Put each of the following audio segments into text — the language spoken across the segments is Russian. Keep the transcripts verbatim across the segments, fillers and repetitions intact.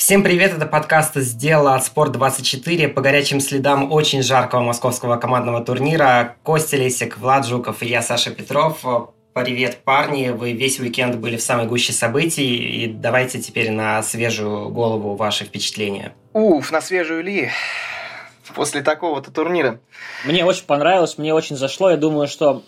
Всем привет, это подкаст «Сделано» от спорт двадцать четыре по горячим следам очень жаркого московского командного турнира. Костя Лесик, Влад Жуков и я, Саша Петров. Привет, парни, вы весь уикенд были в самой гуще событий, и давайте теперь на свежую голову ваши впечатления. Уф, на свежую ли? После такого-то турнира. Мне очень понравилось, мне очень зашло. Я думаю, что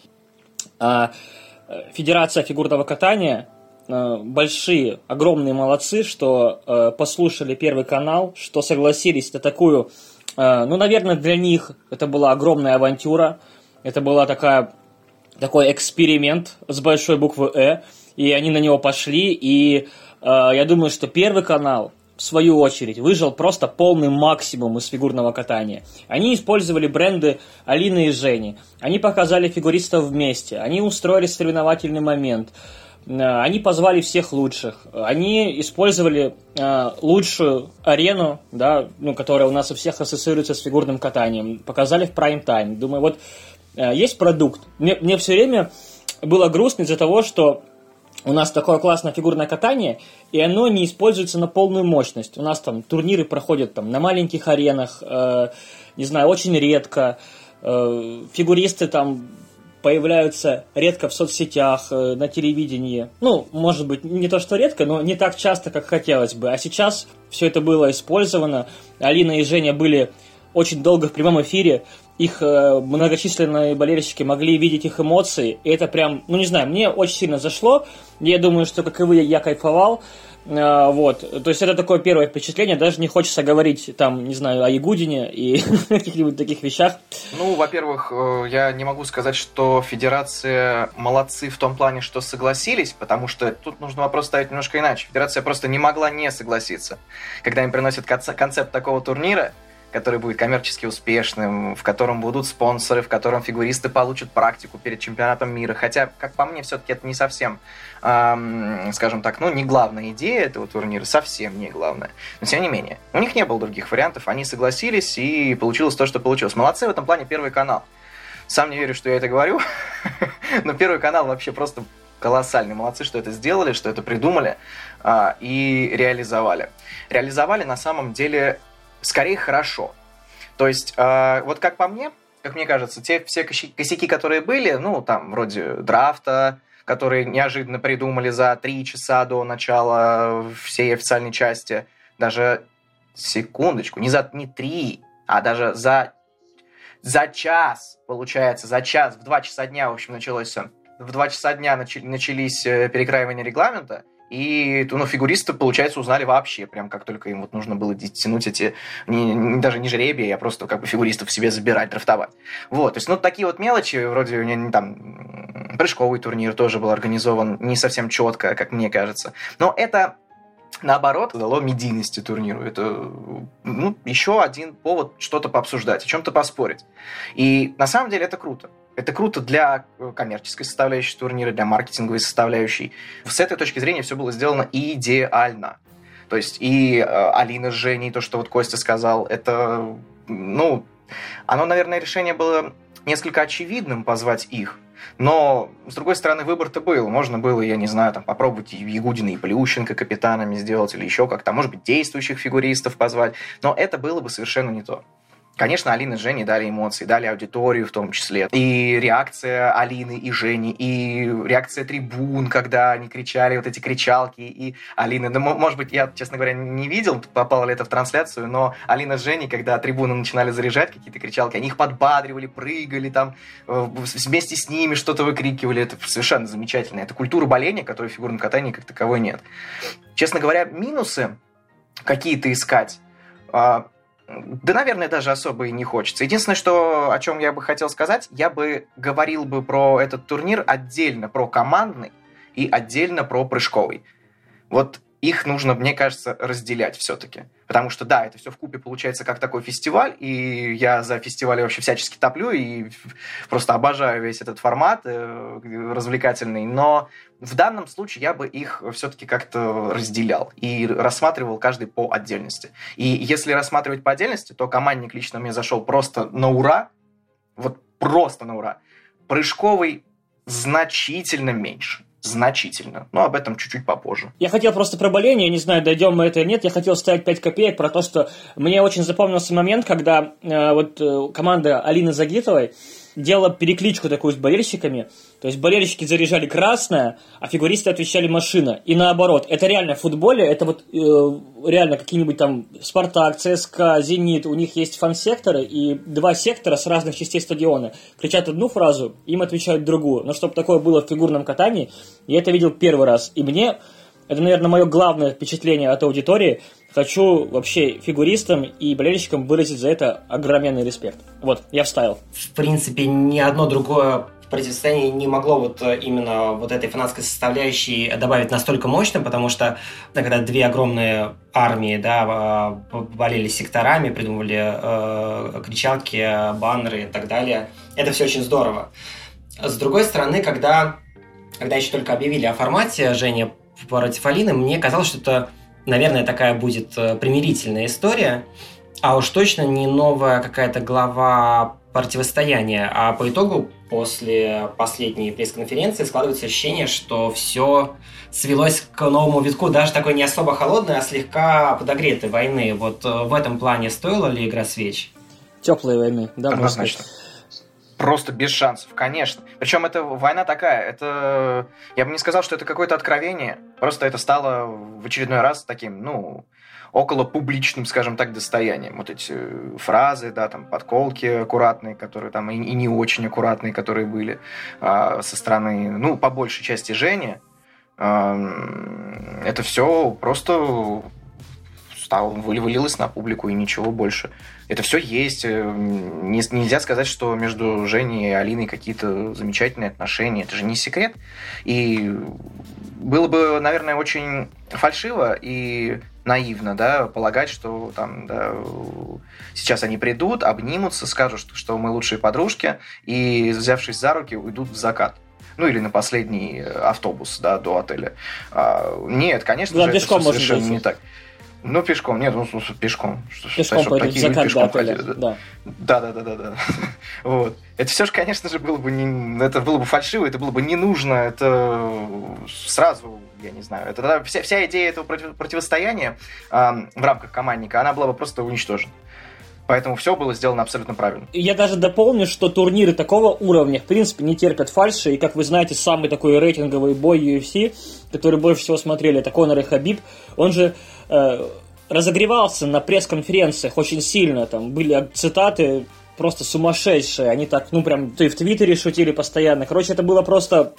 э, Федерация фигурного катания э, большие, огромные молодцы, что э, послушали Первый канал, что согласились на такую, э, ну, наверное, для них это была огромная авантюра, это была такая, такой эксперимент с большой буквы «Э», и они на него пошли, и э, я думаю, что Первый канал, в свою очередь, выжил просто полный максимум из фигурного катания. Они использовали бренды Алины и Жени. Они показали фигуристов вместе. Они устроили соревновательный момент. Они позвали всех лучших. Они использовали э, лучшую арену, да, ну, которая у нас у всех ассоциируется с фигурным катанием. Показали в прайм-тайм. Думаю, вот э, есть продукт. Мне, мне все время было грустно из-за того, что у нас такое классное фигурное катание, и оно не используется на полную мощность. У нас там турниры проходят там, на маленьких аренах, э, не знаю, очень редко. Э, фигуристы там появляются редко в соцсетях, э, на телевидении. Ну, может быть, не то что редко, но не так часто, как хотелось бы. А сейчас все это было использовано. Алина и Женя были очень долго в прямом эфире. Их э, многочисленные болельщики могли видеть их эмоции, и это прям, ну не знаю, мне очень сильно зашло. Я думаю, что, как и вы, я кайфовал. Э, вот, то есть это такое первое впечатление, даже не хочется говорить, там, не знаю, о Ягудине и каких-нибудь таких вещах. Ну, во-первых, я не могу сказать, что Федерация молодцы в том плане, что согласились, потому что тут нужно вопрос ставить немножко иначе. Федерация просто не могла не согласиться. Когда им приносят концепт такого турнира, который будет коммерчески успешным, в котором будут спонсоры, в котором фигуристы получат практику перед чемпионатом мира. Хотя, как по мне, все-таки это не совсем, эм, скажем так, ну, не главная идея этого турнира, совсем не главная. Но, тем не менее, у них не было других вариантов, они согласились, и получилось то, что получилось. Молодцы в этом плане Первый канал. Сам не верю, что я это говорю, но Первый канал вообще просто колоссальные молодцы, что это сделали, что это придумали э, и реализовали. Реализовали на самом деле скорее хорошо. То есть, э, вот как по мне, как мне кажется, те все косяки, которые были, ну, там, вроде драфта, которые неожиданно придумали за три часа до начала всей официальной части, даже, секундочку, не за не три, а даже за, за час, получается, за час, в два часа дня, в общем, началось все. В два часа дня начали, начались перекраивания регламента, и ну, фигуристы, получается, узнали вообще, прям как только им вот нужно было тянуть эти, не, не, даже не жребия, а просто как бы фигуристов себе забирать, драфтовать. Вот, то есть, ну, такие вот мелочи, вроде, не, там, прыжковый турнир тоже был организован не совсем четко, как мне кажется. Но это, наоборот, дало медийности турниру. Это, ну, еще один повод что-то пообсуждать, о чем-то поспорить. И на самом деле это круто. Это круто для коммерческой составляющей турнира, для маркетинговой составляющей. С этой точки зрения все было сделано идеально. То есть и э, Алина с Женей, то, что вот Костя сказал, это, ну, оно, наверное, решение было несколько очевидным позвать их. Но, с другой стороны, выбор-то был. Можно было, я не знаю, там, попробовать Ягудина и Плющенко капитанами сделать или еще как-то, может быть, действующих фигуристов позвать. Но это было бы совершенно не то. Конечно, Алина и Женя дали эмоции, дали аудиторию в том числе. И реакция Алины и Жени, и реакция трибун, когда они кричали, вот эти кричалки, и Алина... Ну, может быть, я, честно говоря, не видел, попало ли это в трансляцию, но Алина с Женей, когда трибуны начинали заряжать какие-то кричалки, они их подбадривали, прыгали там, вместе с ними что-то выкрикивали. Это совершенно замечательно. Это культура боления, которой в фигурном катании как таковой нет. Честно говоря, минусы какие-то искать... Да, наверное, даже особо и не хочется. Единственное, что, о чем я бы хотел сказать, я бы говорил бы про этот турнир отдельно про командный и отдельно про прыжковый. Вот их нужно, мне кажется, разделять все-таки. Потому что, да, это все вкупе получается как такой фестиваль, и я за фестивали вообще всячески топлю, и просто обожаю весь этот формат э, развлекательный, но в данном случае я бы их все-таки как-то разделял и рассматривал каждый по отдельности. И если рассматривать по отдельности, то командник лично мне зашел просто на ура, вот просто на ура. Прыжковый значительно меньше. значительно. Но об этом чуть-чуть попозже. Я хотел просто про боление, не знаю, дойдем мы это или нет, я хотел вставить пять копеек про то, что мне очень запомнился момент, когда э, вот э, команда Алины Загитовой делала перекличку такую с болельщиками. То есть болельщики заряжали красное, а фигуристы отвечали машина. И наоборот. Это реально в футболе, это вот э, реально какие-нибудь там Спартак, ЦСКА, Зенит, у них есть фан-секторы, и два сектора с разных частей стадиона кричат одну фразу, им отвечают другую. Но чтобы такое было в фигурном катании, я это видел первый раз. И мне, это, наверное, мое главное впечатление от аудитории. Хочу вообще фигуристам и болельщикам выразить за это огроменный респект. Вот, я вставил. В принципе, ни одно другое противостояние не могло вот именно вот этой фанатской составляющей добавить настолько мощно, потому что когда две огромные армии, да, болели секторами, придумывали э, кричалки, баннеры и так далее, это все очень здорово. С другой стороны, когда, когда еще только объявили о формате Женя против Алины, мне казалось, что это, наверное, такая будет примирительная история, а уж точно не новая какая-то глава противостояния. А по итогу, после последней пресс-конференции, складывается ощущение, что все свелось к новому витку, даже такой не особо холодной, а слегка подогретой войны. Вот в этом плане стоила ли игра свеч? Теплой войны, да. Однозначно. Просто без шансов, конечно. Причем эта война такая, это... Я бы не сказал, что это какое-то откровение. Просто это стало в очередной раз таким, ну, около публичным, скажем так, достоянием. Вот эти фразы, да, там, подколки аккуратные, которые там, и, и не очень аккуратные, которые были а, со стороны, ну, по большей части Жени. А, это все просто... вылилось на публику и ничего больше. Это все есть. Нельзя сказать, что между Женей и Алиной какие-то замечательные отношения. Это же не секрет. И было бы, наверное, очень фальшиво и наивно, да, полагать, что там, да, сейчас они придут, обнимутся, скажут, что мы лучшие подружки, и, взявшись за руки, уйдут в закат. Ну, или на последний автобус, да, до отеля. А, нет, конечно да, же, это все совершенно быть. не так. Ну, пешком, нет, ну, пешком. Пешком пойдут в закат до отеля, да. Да, да, да, да, да. Вот. Это все же, конечно же, было бы не... Это было бы фальшиво, это было бы не нужно, это сразу, я не знаю, это тогда вся, вся идея этого противостояния э, в рамках командника, она была бы просто уничтожена. Поэтому все было сделано абсолютно правильно. Я даже дополню, что турниры такого уровня, в принципе, не терпят фальши. И, как вы знаете, самый такой рейтинговый бой ю эф си, который больше всего смотрели, это Конор и Хабиб. Он же э, разогревался на пресс-конференциях очень сильно. Там были цитаты просто сумасшедшие. Они так, ну, прям, то и в Твиттере шутили постоянно. Короче, это было просто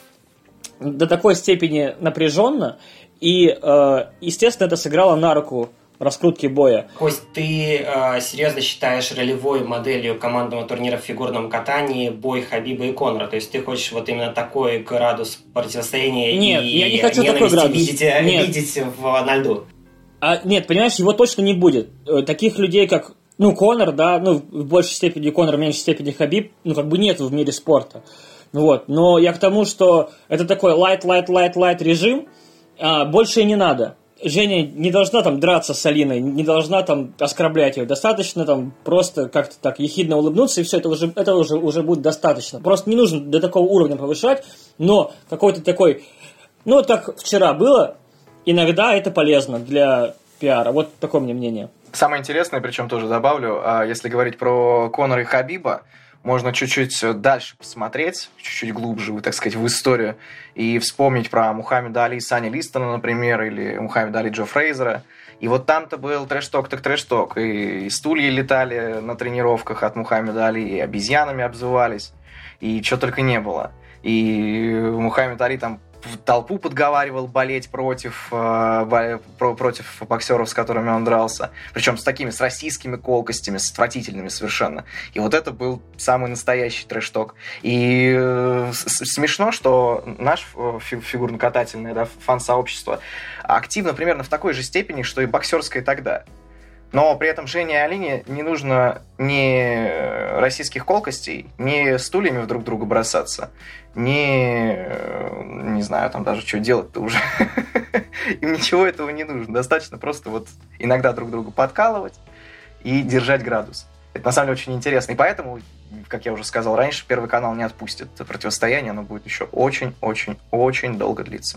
до такой степени напряженно. И, э, естественно, это сыграло на руку раскрутки боя. Кость, ты э, серьезно считаешь ролевой моделью командного турнира в фигурном катании бой Хабиба и Конора? То есть ты хочешь вот именно такой градус противостояния нет, и я не хочу такой градус. Видеть, видеть в, на льду? А, нет, понимаешь, его точно не будет. Таких людей, как, ну, Конор, да, ну, в большей степени Конор, в меньшей степени Хабиб, ну, как бы нет в мире спорта. Вот, но я к тому, что это такой light-light-light-light режим, а больше и не надо. Женя не должна там драться с Алиной, не должна там оскорблять ее. Достаточно там просто как-то так ехидно улыбнуться, и все, это уже, это уже, уже будет достаточно. Просто не нужно до такого уровня повышать, но какой-то такой... Ну, вот как вчера было, иногда это полезно для пиара. Вот такое мне мнение. Самое интересное, причем тоже добавлю, если говорить про Конора и Хабиба, можно чуть-чуть дальше посмотреть, чуть-чуть глубже, так сказать, в историю, и вспомнить про Мухаммеда Али и Санни Листона, например, или Мухаммеда Али Джо Фрейзера. И вот там-то был трэш-ток так трэш-ток. И, и стулья летали на тренировках от Мухаммеда Али, и обезьянами обзывались, и чего только не было. И Мухаммед Али там толпу подговаривал болеть против, э, против боксеров, с которыми он дрался. Причем с такими, с российскими колкостями, с отвратительными совершенно. И вот это был самый настоящий трэш-ток. И э, смешно, что наше фигурно-катательное, да, фан-сообщество активно примерно в такой же степени, что и боксерское тогда. Но при этом Жене и Алине не нужно ни российских колкостей, ни стульями друг друга бросаться, ни, не знаю, там даже что делать-то уже. Им ничего этого не нужно. Достаточно просто вот иногда друг друга подкалывать и держать градус. Это на самом деле очень интересно. И поэтому как я уже сказал раньше, Первый канал не отпустит это противостояние, оно будет еще очень-очень-очень долго длиться.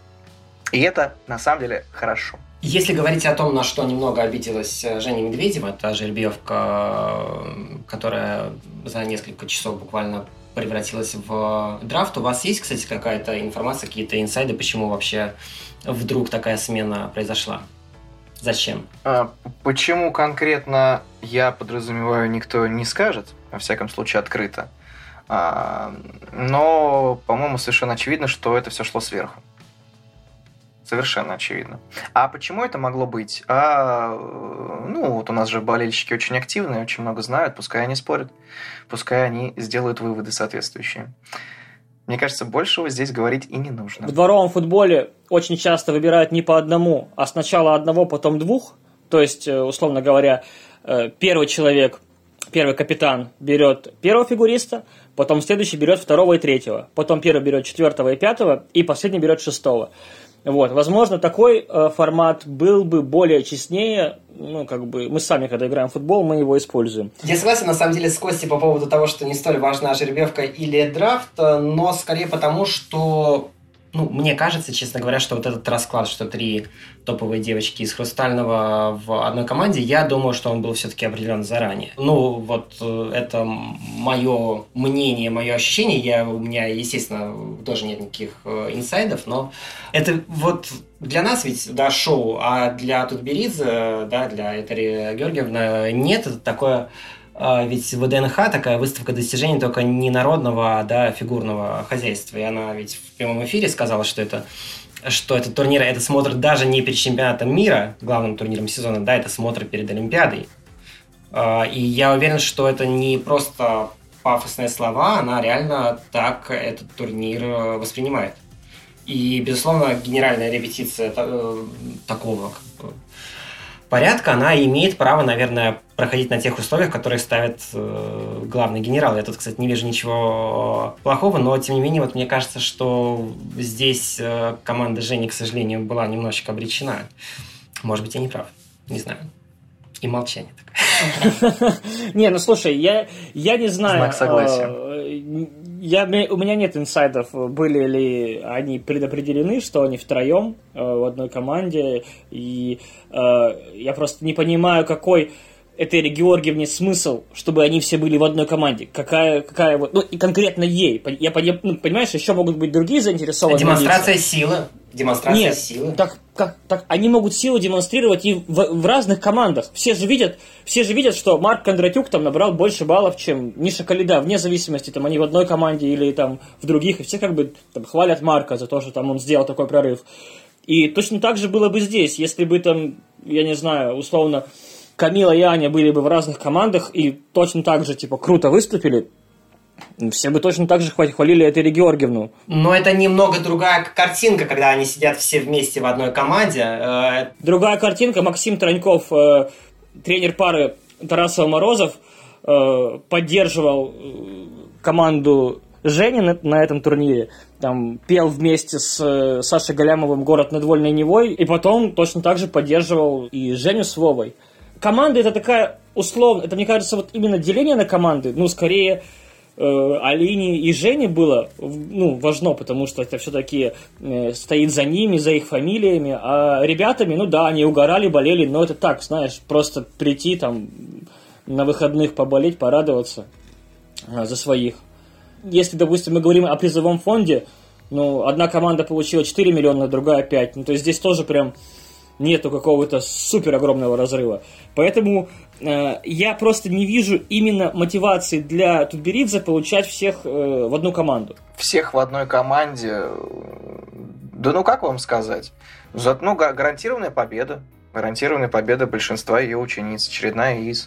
И это, на самом деле, хорошо. Если говорить о том, на что немного обиделась Женя Медведева, это жеребьевка, которая за несколько часов буквально превратилась в драфт, у вас есть, кстати, какая-то информация, какие-то инсайды, почему вообще вдруг такая смена произошла? Зачем? А, почему конкретно, я подразумеваю, никто не скажет, во всяком случае, открыто. А, но, по-моему, совершенно очевидно, что это все шло сверху. Совершенно очевидно. А почему это могло быть? А, ну, вот у нас же болельщики очень активные, очень много знают, пускай они спорят, пускай они сделают выводы соответствующие. Мне кажется, большего здесь говорить и не нужно. В дворовом футболе очень часто выбирают не по одному, а сначала одного, потом двух. То есть, условно говоря, первый человек, первый капитан берет первого фигуриста, потом следующий берет второго и третьего, потом первый берет четвертого и пятого, и последний берет шестого. Вот, возможно, такой э, формат был бы более честнее, ну, как бы, мы сами, когда играем в футбол, мы его используем. Я согласен, на самом деле, с Костей по поводу того, что не столь важна жеребьевка или драфт, но скорее потому, что, ну, мне кажется, честно говоря, что вот этот расклад, что три топовые девочки из «Хрустального» в одной команде, я думаю, что он был все-таки определен заранее. Ну, вот это мое мнение, мое ощущение. Я, у меня, естественно, тоже нет никаких инсайдов, но это вот для нас ведь, да, шоу, а для Тутберидзе, да, для Этери Георгиевны нет. Это такое... Ведь ВДНХ такая выставка достижений только не народного, а, да, фигурного хозяйства. И она ведь в прямом эфире сказала, что это что этот турнир, это смотр даже не перед чемпионатом мира, главным турниром сезона, да, это смотр перед Олимпиадой. И я уверен, что это не просто пафосные слова, она реально так этот турнир воспринимает. И, безусловно, генеральная репетиция такого порядка, она имеет право, наверное, проходить на тех условиях, которые ставит э, главный генерал. Я тут, кстати, не вижу ничего плохого, но, тем не менее, вот мне кажется, что здесь э, команда Жени, к сожалению, была немножечко обречена. Может быть, я не прав, не знаю. И молчание такое. Не, ну слушай, я не знаю. Знак согласия. Я, у меня нет инсайдов, были ли они предопределены, что они втроем э, в одной команде, и э, я просто не понимаю, какой Этери Георгиевне смысл, чтобы они все были в одной команде. Какая, какая вот, ну и конкретно ей. Я, я, ну, понимаешь, еще могут быть другие заинтересованные. Демонстрация лица. силы. Демонстрация Нет, силы. Так, как, так, они могут силу демонстрировать и в, в разных командах. Все же видят, все же видят, что Марк Кондратюк там набрал больше баллов, чем Миша Калида, вне зависимости, там они в одной команде или там в других, и все как бы там хвалят Марка за то, что там он сделал такой прорыв. И точно так же было бы здесь, если бы там, я не знаю, условно, Камила и Аня были бы в разных командах и точно так же, типа, круто выступили, все бы точно так же хвалили Этери Георгиевну. Но это немного другая картинка, когда они сидят все вместе в одной команде. Другая картинка. Максим Троньков, э, тренер пары Тарасова-Морозов, э, поддерживал команду Жени на, на этом турнире. Там пел вместе с э, Сашей Галямовым «Город над Вольной Невой», и потом точно так же поддерживал и Женю с Вовой. Команда это такая условно, это, мне кажется, вот именно деление на команды, ну, скорее э, Алине и Жене было, ну, важно, потому что это все-таки э, стоит за ними, за их фамилиями, а ребятами, ну да, они угорали, болели, но это так, знаешь, просто прийти там на выходных поболеть, порадоваться э, за своих. Если, допустим, мы говорим о призовом фонде, ну, одна команда получила четыре миллиона, другая пять, ну, то есть здесь тоже прям нету какого-то супер огромного разрыва. Поэтому э, я просто не вижу именно мотивации для Тутберидзе получать всех э, в одну команду. Всех в одной команде? Да ну как вам сказать? Ну, гарантированная победа. Гарантированная победа большинства ее учениц. Очередная ИС.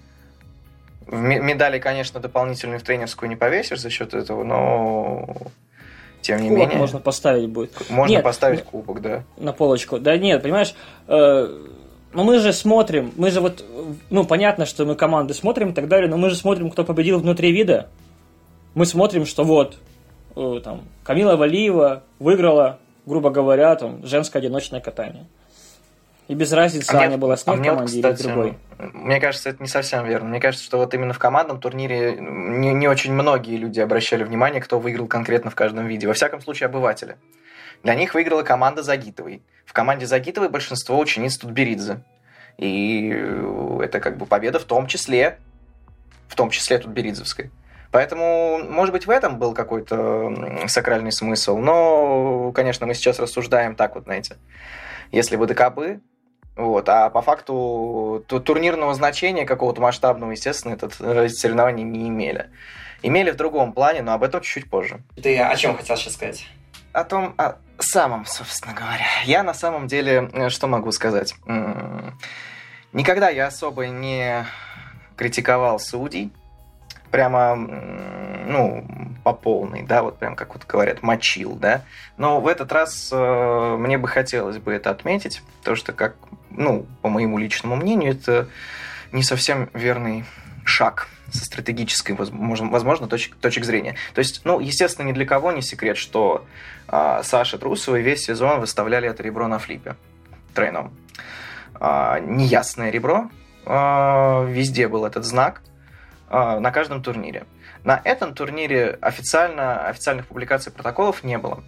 Медали, конечно, дополнительную в тренерскую не повесишь за счет этого, но... Тем не кубок менее, можно поставить будет. Можно нет, поставить кубок, да. На полочку. Да нет, понимаешь, э, но мы же смотрим, мы же вот, ну, понятно, что мы команды смотрим и так далее, но мы же смотрим, кто победил внутри вида. Мы смотрим, что вот, э, там, Камила Валиева выиграла, грубо говоря, там, женское одиночное катание. И без разницы, а Аня мне, была с ней а в мне вот, команде кстати, или в другой. Мне кажется, это не совсем верно. Мне кажется, что вот именно в командном турнире не, не очень многие люди обращали внимание, кто выиграл конкретно в каждом виде. Во всяком случае, обыватели. Для них выиграла команда Загитовой. В команде Загитовой большинство учениц Тутберидзе. И это как бы победа в том числе, в том числе Тутберидзевской. Поэтому, может быть, в этом был какой-то сакральный смысл. Но, конечно, мы сейчас рассуждаем так вот, знаете, если бы да кабы. Вот. А по факту турнирного значения какого-то масштабного, естественно, это соревнования не имели. Имели в другом плане, но об этом чуть-чуть позже. Ты о чем хотел сейчас сказать? О том, о самом, собственно говоря. Я на самом деле, что могу сказать? Никогда я особо не критиковал судей. Прямо, ну, по полной, да, вот прям, как вот говорят, мочил, да. Но в этот раз э, мне бы хотелось бы это отметить, потому что, как, ну, по моему личному мнению, это не совсем верный шаг со стратегической, возможно, возможно точек, точек зрения. То есть, ну, естественно, ни для кого не секрет, что э, Саше Трусовой весь сезон выставляли это ребро на флипе тройном. Э, неясное ребро, э, везде был этот знак, на каждом турнире. На этом турнире официально, официальных публикаций протоколов не было.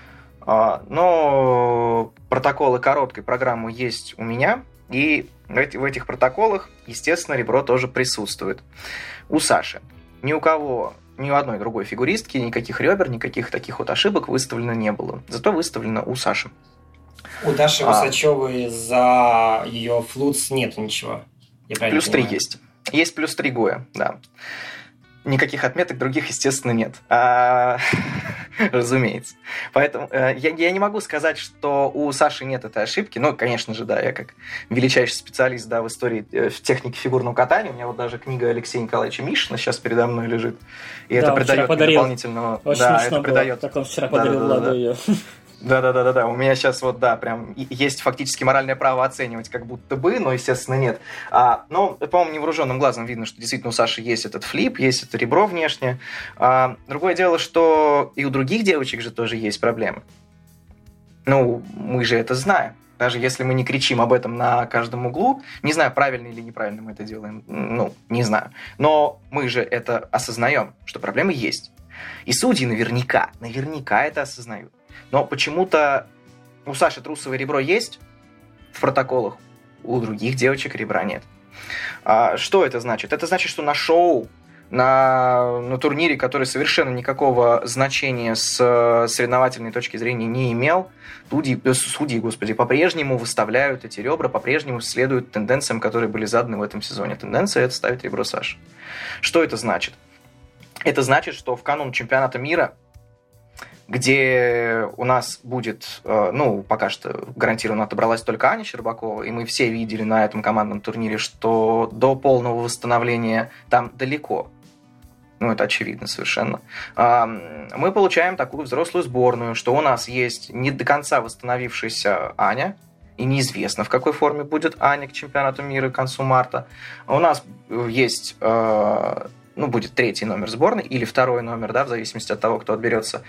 Но протоколы короткой программы есть у меня, и в этих протоколах, естественно, ребро тоже присутствует. У Саши. Ни у кого, ни у одной другой фигуристки никаких ребер, никаких таких вот ошибок выставлено не было. Зато выставлено у Саши. У Даши а... Высочевой за ее флутс нету ничего. Плюс три есть. Есть плюс три гоя, да. Никаких отметок других, естественно, нет. А, разумеется. Поэтому э, я, я не могу сказать, что у Саши нет этой ошибки. Ну, конечно же, да, я как величайший специалист, да, в истории, э, в технике фигурного катания. У меня вот даже книга Алексея Николаевича Мишина сейчас передо мной лежит. И да, это придает мне дополнительного... Очень да, смешно это придает... Так он вчера подарил да, да, Владу да, да. ее. Да-да-да-да, у меня сейчас вот, да, прям есть фактически моральное право оценивать как будто бы, но, естественно, нет. А, но, по-моему, невооруженным глазом видно, что действительно у Саши есть этот флип, есть это ребро внешнее. А, другое дело, что и у других девочек же тоже есть проблемы. Ну, мы же это знаем. Даже если мы не кричим об этом на каждом углу, не знаю, правильно или неправильно мы это делаем, ну, не знаю. Но мы же это осознаем, что проблемы есть. И судьи наверняка, наверняка это осознают. Но почему-то у Саши Трусовой ребро есть в протоколах, у других девочек ребра нет. А что это значит? Это значит, что на шоу, на, на турнире, который совершенно никакого значения с соревновательной точки зрения не имел, судьи, судьи, господи, по-прежнему выставляют эти ребра, по-прежнему следуют тенденциям, которые были заданы в этом сезоне. Тенденция – это ставить ребро Саши. Что это значит? Это значит, что в канун чемпионата мира, где у нас будет, ну, пока что гарантированно отобралась только Аня Щербакова, и мы все видели на этом командном турнире, что до полного восстановления там далеко. Ну, это очевидно совершенно. Мы получаем такую взрослую сборную, что у нас есть не до конца восстановившаяся Аня, и неизвестно, в какой форме будет Аня к чемпионату мира к концу марта. У нас есть... ну, будет третий номер сборной или второй номер, да, в зависимости от того, кто отберется.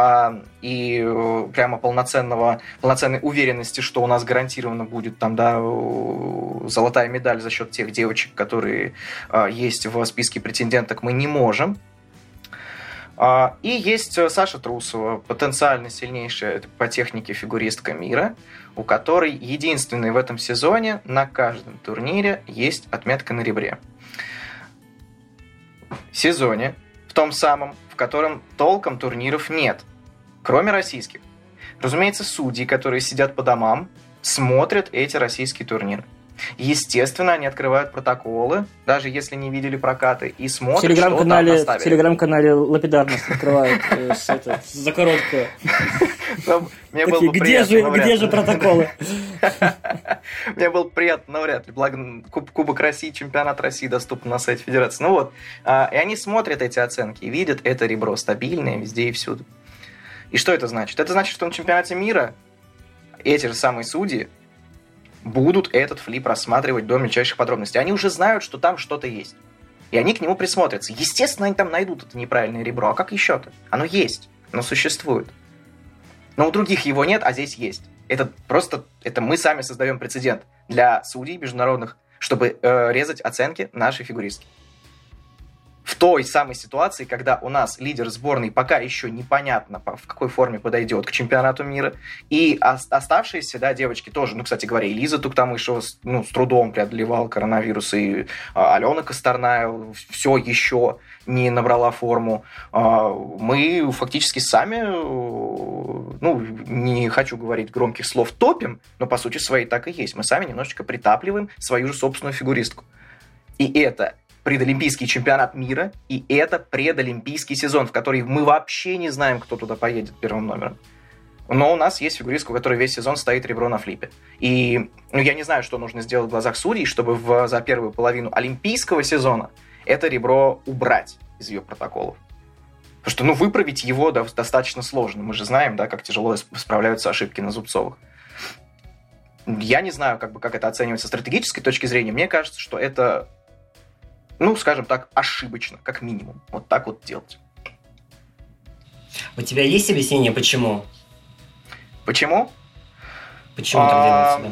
И прямо полноценного, полноценной уверенности, что у нас гарантированно будет там, да, золотая медаль за счет тех девочек, которые есть в списке претенденток, мы не можем. И есть Саша Трусова, потенциально сильнейшая по технике фигуристка мира, у которой единственной в этом сезоне на каждом турнире есть отметка на ребре. Сезоне, в том самом, в котором толком турниров нет, кроме российских. Разумеется, судьи, которые сидят по домам, смотрят эти российские турниры. Естественно, они открывают протоколы, даже если не видели прокаты, и смотрят, что там наставили. В телеграм-канале лапидарность открывают за короткую. Где же протоколы? Мне было приятно, но вряд ли. Благо, Кубок России, чемпионат России доступен на сайте Федерации. Ну вот, и они смотрят эти оценки и видят это ребро стабильное везде и всюду. И что это значит? Это значит, что на чемпионате мира эти же самые судьи будут этот флип рассматривать до мельчайших подробностей. Они уже знают, что там что-то есть. И они к нему присмотрятся. Естественно, они там найдут это неправильное ребро. А как еще-то? Оно есть, оно существует. Но у других его нет, а здесь есть. Это просто, это мы сами создаем прецедент для судей международных, чтобы э, резать оценки нашей фигуристки. В той самой ситуации, когда у нас лидер сборной пока еще непонятно, в какой форме подойдет к чемпионату мира, и оставшиеся, да, девочки тоже, ну, кстати говоря, и Лиза Туктамышева, ну, с трудом преодолевала коронавирус, и Алена Косторная все еще не набрала форму. Мы фактически сами, ну, не хочу говорить громких слов, топим, но по сути своей так и есть. Мы сами немножечко притапливаем свою же собственную фигуристку. И это предолимпийский чемпионат мира, и это предолимпийский сезон, в который мы вообще не знаем, кто туда поедет первым номером. Но у нас есть фигуристка, у которой весь сезон стоит ребро на флипе. И ну, я не знаю, что нужно сделать в глазах судей, чтобы в, за первую половину олимпийского сезона это ребро убрать из ее протоколов. Потому что ну, выправить его да, достаточно сложно. Мы же знаем, да, как тяжело справляются ошибки на Зубцовых. Я не знаю, как бы, как это оценивать со стратегической точки зрения. Мне кажется, что это, ну, скажем так, ошибочно, как минимум. Вот так вот делать. У тебя есть объяснение, почему? Почему? Почему так делается?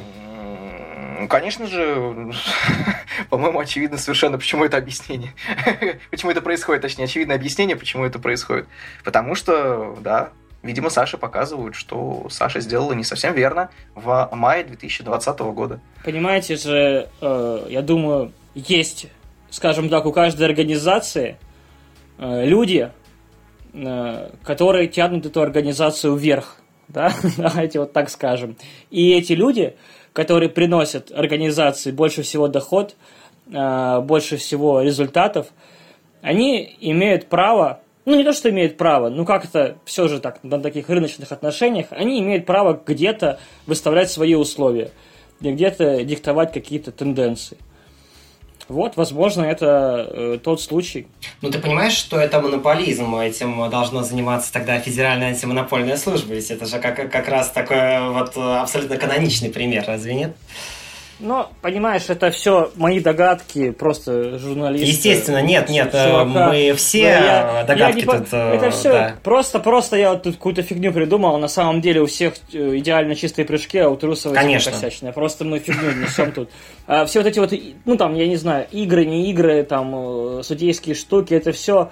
Да? Конечно же, по-моему, очевидно совершенно, почему это объяснение. Почему это происходит, точнее, очевидное объяснение, почему это происходит. Потому что, да, видимо, Саше показывают, что Саша сделала не совсем верно в мае две тысячи двадцатого года. Понимаете же, э, я думаю, есть, скажем так, у каждой организации э, люди, э, которые тянут эту организацию вверх. Да? Давайте вот так скажем. И эти люди, которые приносят организации больше всего доход, э, больше всего результатов, они имеют право, ну не то, что имеют право, ну как-то все же так, на таких рыночных отношениях, они имеют право где-то выставлять свои условия, где-то диктовать какие-то тенденции. Вот, возможно, это э, тот случай. Ну, ты понимаешь, что это монополизм, этим должна заниматься тогда Федеральная антимонопольная служба, ведь это же как, как раз такой вот абсолютно каноничный пример, разве нет? Но, понимаешь, это все мои догадки, просто журналисты. Естественно, нет, нет, чувака. Мы все я, догадки я тут... Это все да. просто, просто я вот тут какую-то фигню придумал, на самом деле у всех идеально чистые прыжки, а у Трусова косячные. Просто мы фигню несем тут. А все вот эти вот, ну там, я не знаю, игры, не игры, там, судейские штуки, это все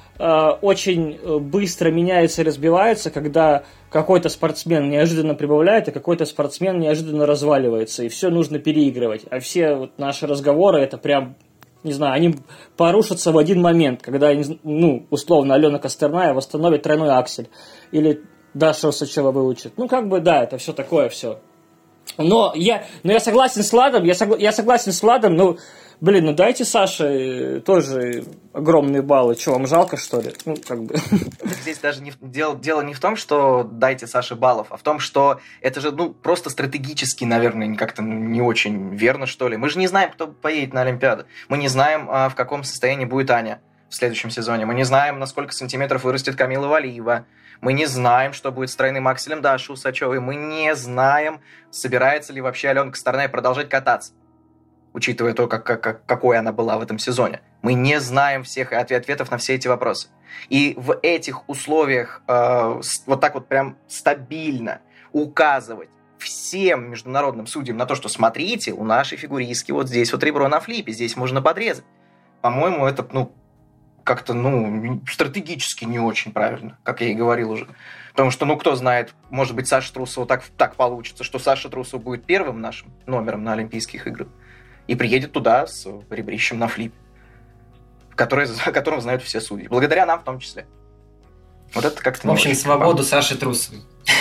очень быстро меняется и разбивается, когда какой-то спортсмен неожиданно прибавляет, а какой-то спортсмен неожиданно разваливается, и все нужно переигрывать. А все вот наши разговоры, это прям, не знаю, они порушатся в один момент, когда, ну, условно, Алена Косторная восстановит тройной аксель, или Даша Усачева выучит. Ну, как бы, да, это все такое все. Но я, но я согласен с Владом, я, согла, я согласен с Владом, ну, блин, ну дайте Саше тоже огромные баллы. Что, вам жалко, что ли? Ну, как бы. Здесь даже не, дело, дело не в том, что дайте Саше баллов, а в том, что это же, ну, просто стратегически, наверное, как-то не очень верно, что ли. Мы же не знаем, кто поедет на Олимпиаду. Мы не знаем, в каком состоянии будет Аня в следующем сезоне. Мы не знаем, на сколько сантиметров вырастет Камила Валиева. Мы не знаем, что будет с тройным акселем Даши Усачевой. Мы не знаем, собирается ли вообще Алена Косторная продолжать кататься, учитывая то, как, как, какой она была в этом сезоне. Мы не знаем всех ответов на все эти вопросы. И в этих условиях э, вот так вот прям стабильно указывать всем международным судьям на то, что смотрите, у нашей фигуристки вот здесь вот ребро на флипе, здесь можно подрезать. По-моему, это, ну, как-то, ну, стратегически не очень правильно, как я и говорил уже. Потому что, ну, кто знает, может быть, Саша Трусова так, так получится, что Саша Трусова будет первым нашим номером на Олимпийских играх и приедет туда с ребрищем на флип, который, о котором знают все судьи. Благодаря нам в том числе. Вот это как-то... В общем, свободу Саши Трусовой.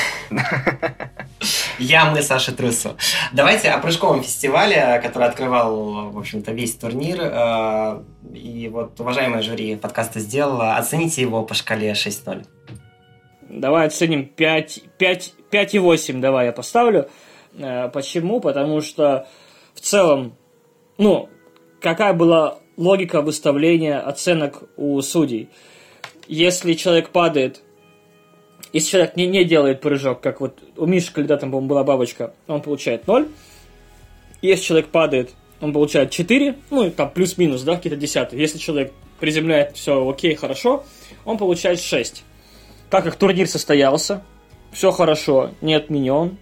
Я, мы, Саша Трусова. Давайте о прыжковом фестивале, который открывал, в общем-то, весь турнир. И вот, уважаемое жюри подкаста сделала. Оцените его по шкале шесть ноль. Давай оценим пять и восемь, давай я поставлю. Почему? Потому что в целом, ну, какая была логика выставления оценок у судей? Если человек падает, если человек не, не делает прыжок, как вот у Миши Калида там, по-моему, была бабочка, он получает ноль. Если человек падает, он получает четыре, ну, там плюс-минус, да, какие-то десятые. Если человек приземляет, все окей, хорошо, он получает шесть. Так как турнир состоялся, все хорошо, не отменен,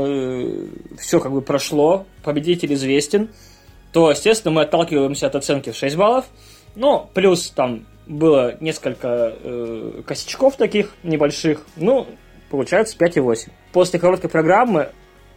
все как бы прошло, победитель известен, то, естественно, мы отталкиваемся от оценки в шесть баллов, но плюс там было несколько э, косячков таких небольших, ну, получается пять и восемь. После короткой программы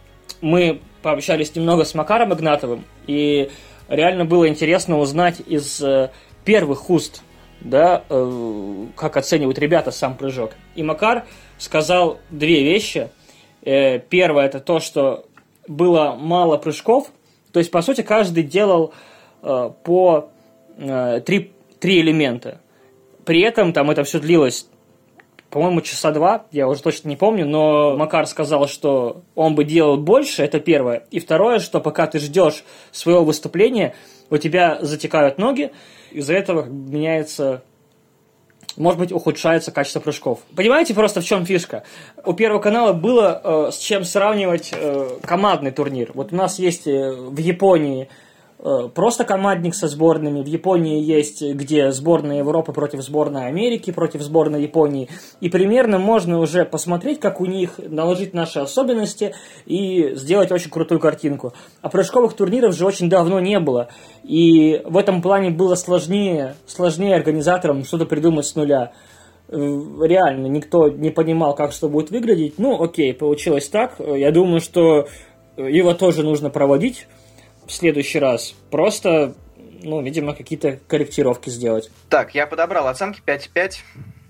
мы пообщались немного с Макаром Игнатовым, и реально было интересно узнать из э, первых уст, да, э, как оценивают ребята сам прыжок. И Макар сказал две вещи. Э, первое, это то, что было мало прыжков, то есть, по сути, каждый делал э, по э, три, три элемента. При этом там это все длилось, по-моему, часа два, я уже точно не помню, но Макар сказал, что он бы делал больше, это первое. И второе, что пока ты ждешь своего выступления, у тебя затекают ноги, из-за этого меняется, может быть, ухудшается качество прыжков. Понимаете просто, в чем фишка? У Первого канала было э, с чем сравнивать э, командный турнир. Вот у нас есть э, в Японии э, просто командник со сборными. В Японии есть, где сборная Европы против сборной Америки, против сборной Японии. И примерно можно уже посмотреть, как у них наложить наши особенности и сделать очень крутую картинку. А прыжковых турниров же очень давно не было. И в этом плане было сложнее, сложнее организаторам что-то придумать с нуля. Реально, никто не понимал, как что будет выглядеть. Ну, окей, получилось так. Я думаю, что его тоже нужно проводить в следующий раз. Просто, ну, видимо, какие-то корректировки сделать. Так, я подобрал оценки пять и пять.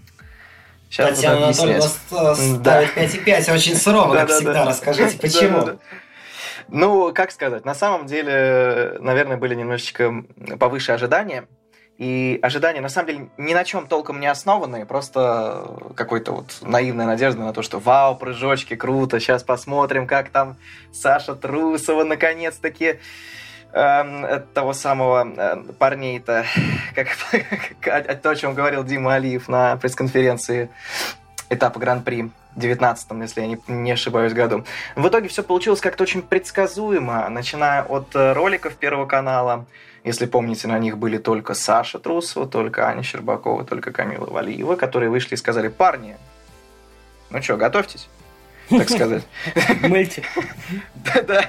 Сейчас Татьяна Анатольевна ставит пять и пять. Очень сурово, как всегда. Расскажите, почему? Ну, как сказать, на самом деле, наверное, были немножечко повыше ожидания. И ожидания, на самом деле, ни на чем толком не основанные, просто какой-то вот наивная надежда на то, что вау, прыжочки, круто, сейчас посмотрим, как там Саша Трусова наконец-таки э, того самого э, парней-то, как, то, о чем говорил Дима Алиев на пресс-конференции этапа Гран-при в девятнадцатом, если я не, не ошибаюсь, году. В итоге все получилось как-то очень предсказуемо, начиная от роликов Первого канала. Если помните, на них были только Саша Трусова, только Аня Щербакова, только Камила Валиева, которые вышли и сказали: парни, ну что, готовьтесь, так сказать. Мыльте. Да-да.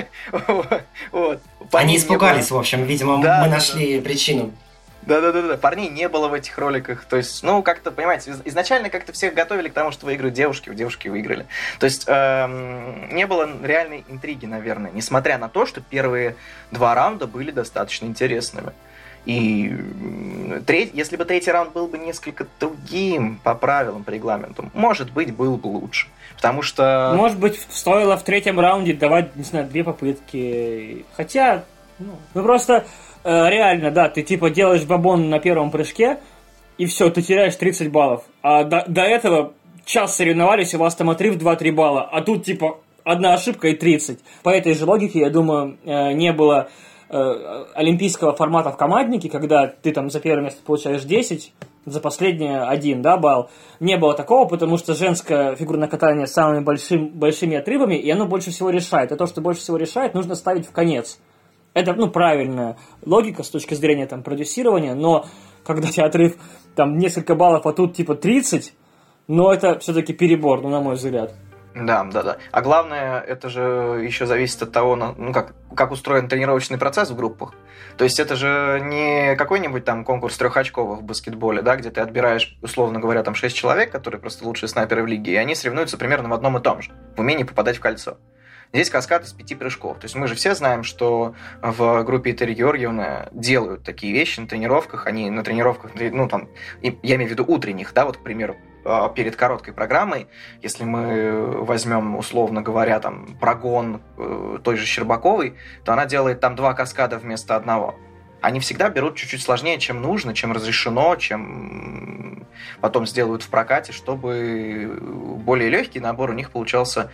Они испугались, в общем, видимо, мы нашли причину. Да-да-да, парней не было в этих роликах. То есть, ну, как-то, понимаете, изначально как-то всех готовили к тому, что выиграют девушки, у девушки выиграли. То есть, эм, не было реальной интриги, наверное, несмотря на то, что первые два раунда были достаточно интересными. И треть, если бы третий раунд был бы несколько другим по правилам, по регламенту, может быть, был бы лучше. Потому что... Может быть, стоило в третьем раунде давать, не знаю, две попытки. Хотя, ну, ну просто... Реально, да, ты типа делаешь бабон на первом прыжке, и все, ты теряешь тридцать баллов. А до, до этого час соревновались, у вас там отрыв два-три балла, а тут типа одна ошибка и тридцать. По этой же логике, я думаю, не было олимпийского формата в команднике, когда ты там за первое место получаешь десять, за последнее один, да, балл. Не было такого, потому что женское фигурное катание с самыми большим, большими отрывами, и оно больше всего решает. И то, что больше всего решает, нужно ставить в конец. Это, ну, правильная логика с точки зрения там продюсирования, но когда у тебя отрыв там несколько баллов, а тут типа тридцать, ну, это все-таки перебор, ну, на мой взгляд. Да, да, да. А главное, это же еще зависит от того, ну, как, как устроен тренировочный процесс в группах. То есть это же не какой-нибудь там конкурс трехочковых в баскетболе, да, где ты отбираешь, условно говоря, там шесть человек, которые просто лучшие снайперы в лиге, и они соревнуются примерно в одном и том же, в умении попадать в кольцо. Здесь каскад из пяти прыжков. То есть мы же все знаем, что в группе Этери Георгиевны делают такие вещи на тренировках. Они на тренировках, ну там, я имею в виду утренних, да, вот, к примеру, перед короткой программой, если мы возьмем, условно говоря, там, прогон той же Щербаковой, то она делает там два каскада вместо одного. Они всегда берут чуть-чуть сложнее, чем нужно, чем разрешено, чем потом сделают в прокате, чтобы более легкий набор у них получался,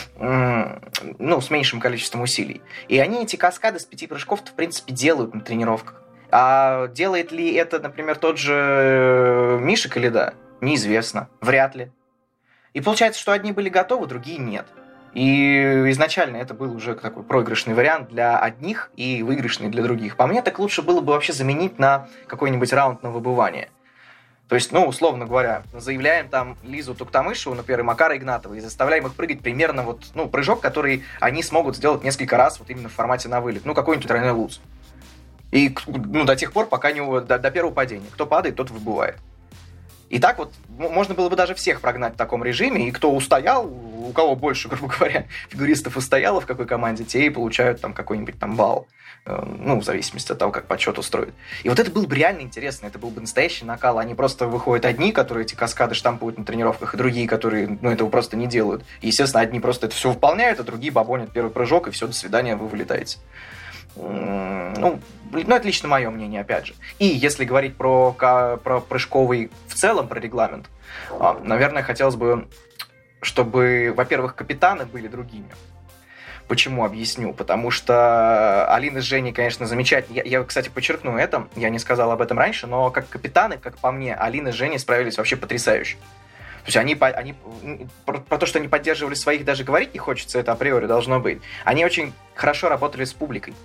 ну, с меньшим количеством усилий. И они эти каскады с пяти прыжков, в принципе, делают на тренировках. А делает ли это, например, тот же Миша Коляда? Неизвестно. Вряд ли. И получается, что одни были готовы, другие нет. И изначально это был уже такой проигрышный вариант для одних и выигрышный для других. По мне, так лучше было бы вообще заменить на какой-нибудь раунд на выбывание. То есть, ну, условно говоря, заявляем там Лизу Туктамышеву, например, и Макара Игнатова, и заставляем их прыгать примерно вот, ну, прыжок, который они смогут сделать несколько раз вот именно в формате на вылет. Ну, какой-нибудь тройной луз. И, ну, до тех пор, пока не, до, до первого падения. Кто падает, тот выбывает. И так вот можно было бы даже всех прогнать в таком режиме, и кто устоял, у кого больше, грубо говоря, фигуристов устояло в какой команде, те и получают там какой-нибудь там балл, ну, в зависимости от того, как подсчет устроят. И вот это было бы реально интересно, это был бы настоящий накал, они просто выходят одни, которые эти каскады штампуют на тренировках, и другие, которые, ну, этого просто не делают. И, естественно, одни просто это все выполняют, а другие бабонят первый прыжок, и все, до свидания, вы вылетаете. Ну, ну, это лично мое мнение, опять же. И если говорить про, про прыжковый в целом, про регламент, наверное, хотелось бы, чтобы, во-первых, капитаны были другими. Почему? Объясню. Потому что Алина с Женей, конечно, замечательно. Я, я, кстати, подчеркну это, я не сказал об этом раньше, но как капитаны, как по мне, Алина с Женей справились вообще потрясающе. То есть они, они про, про то, что они поддерживали своих, даже говорить не хочется, это априори должно быть. Они очень хорошо работали с публикой.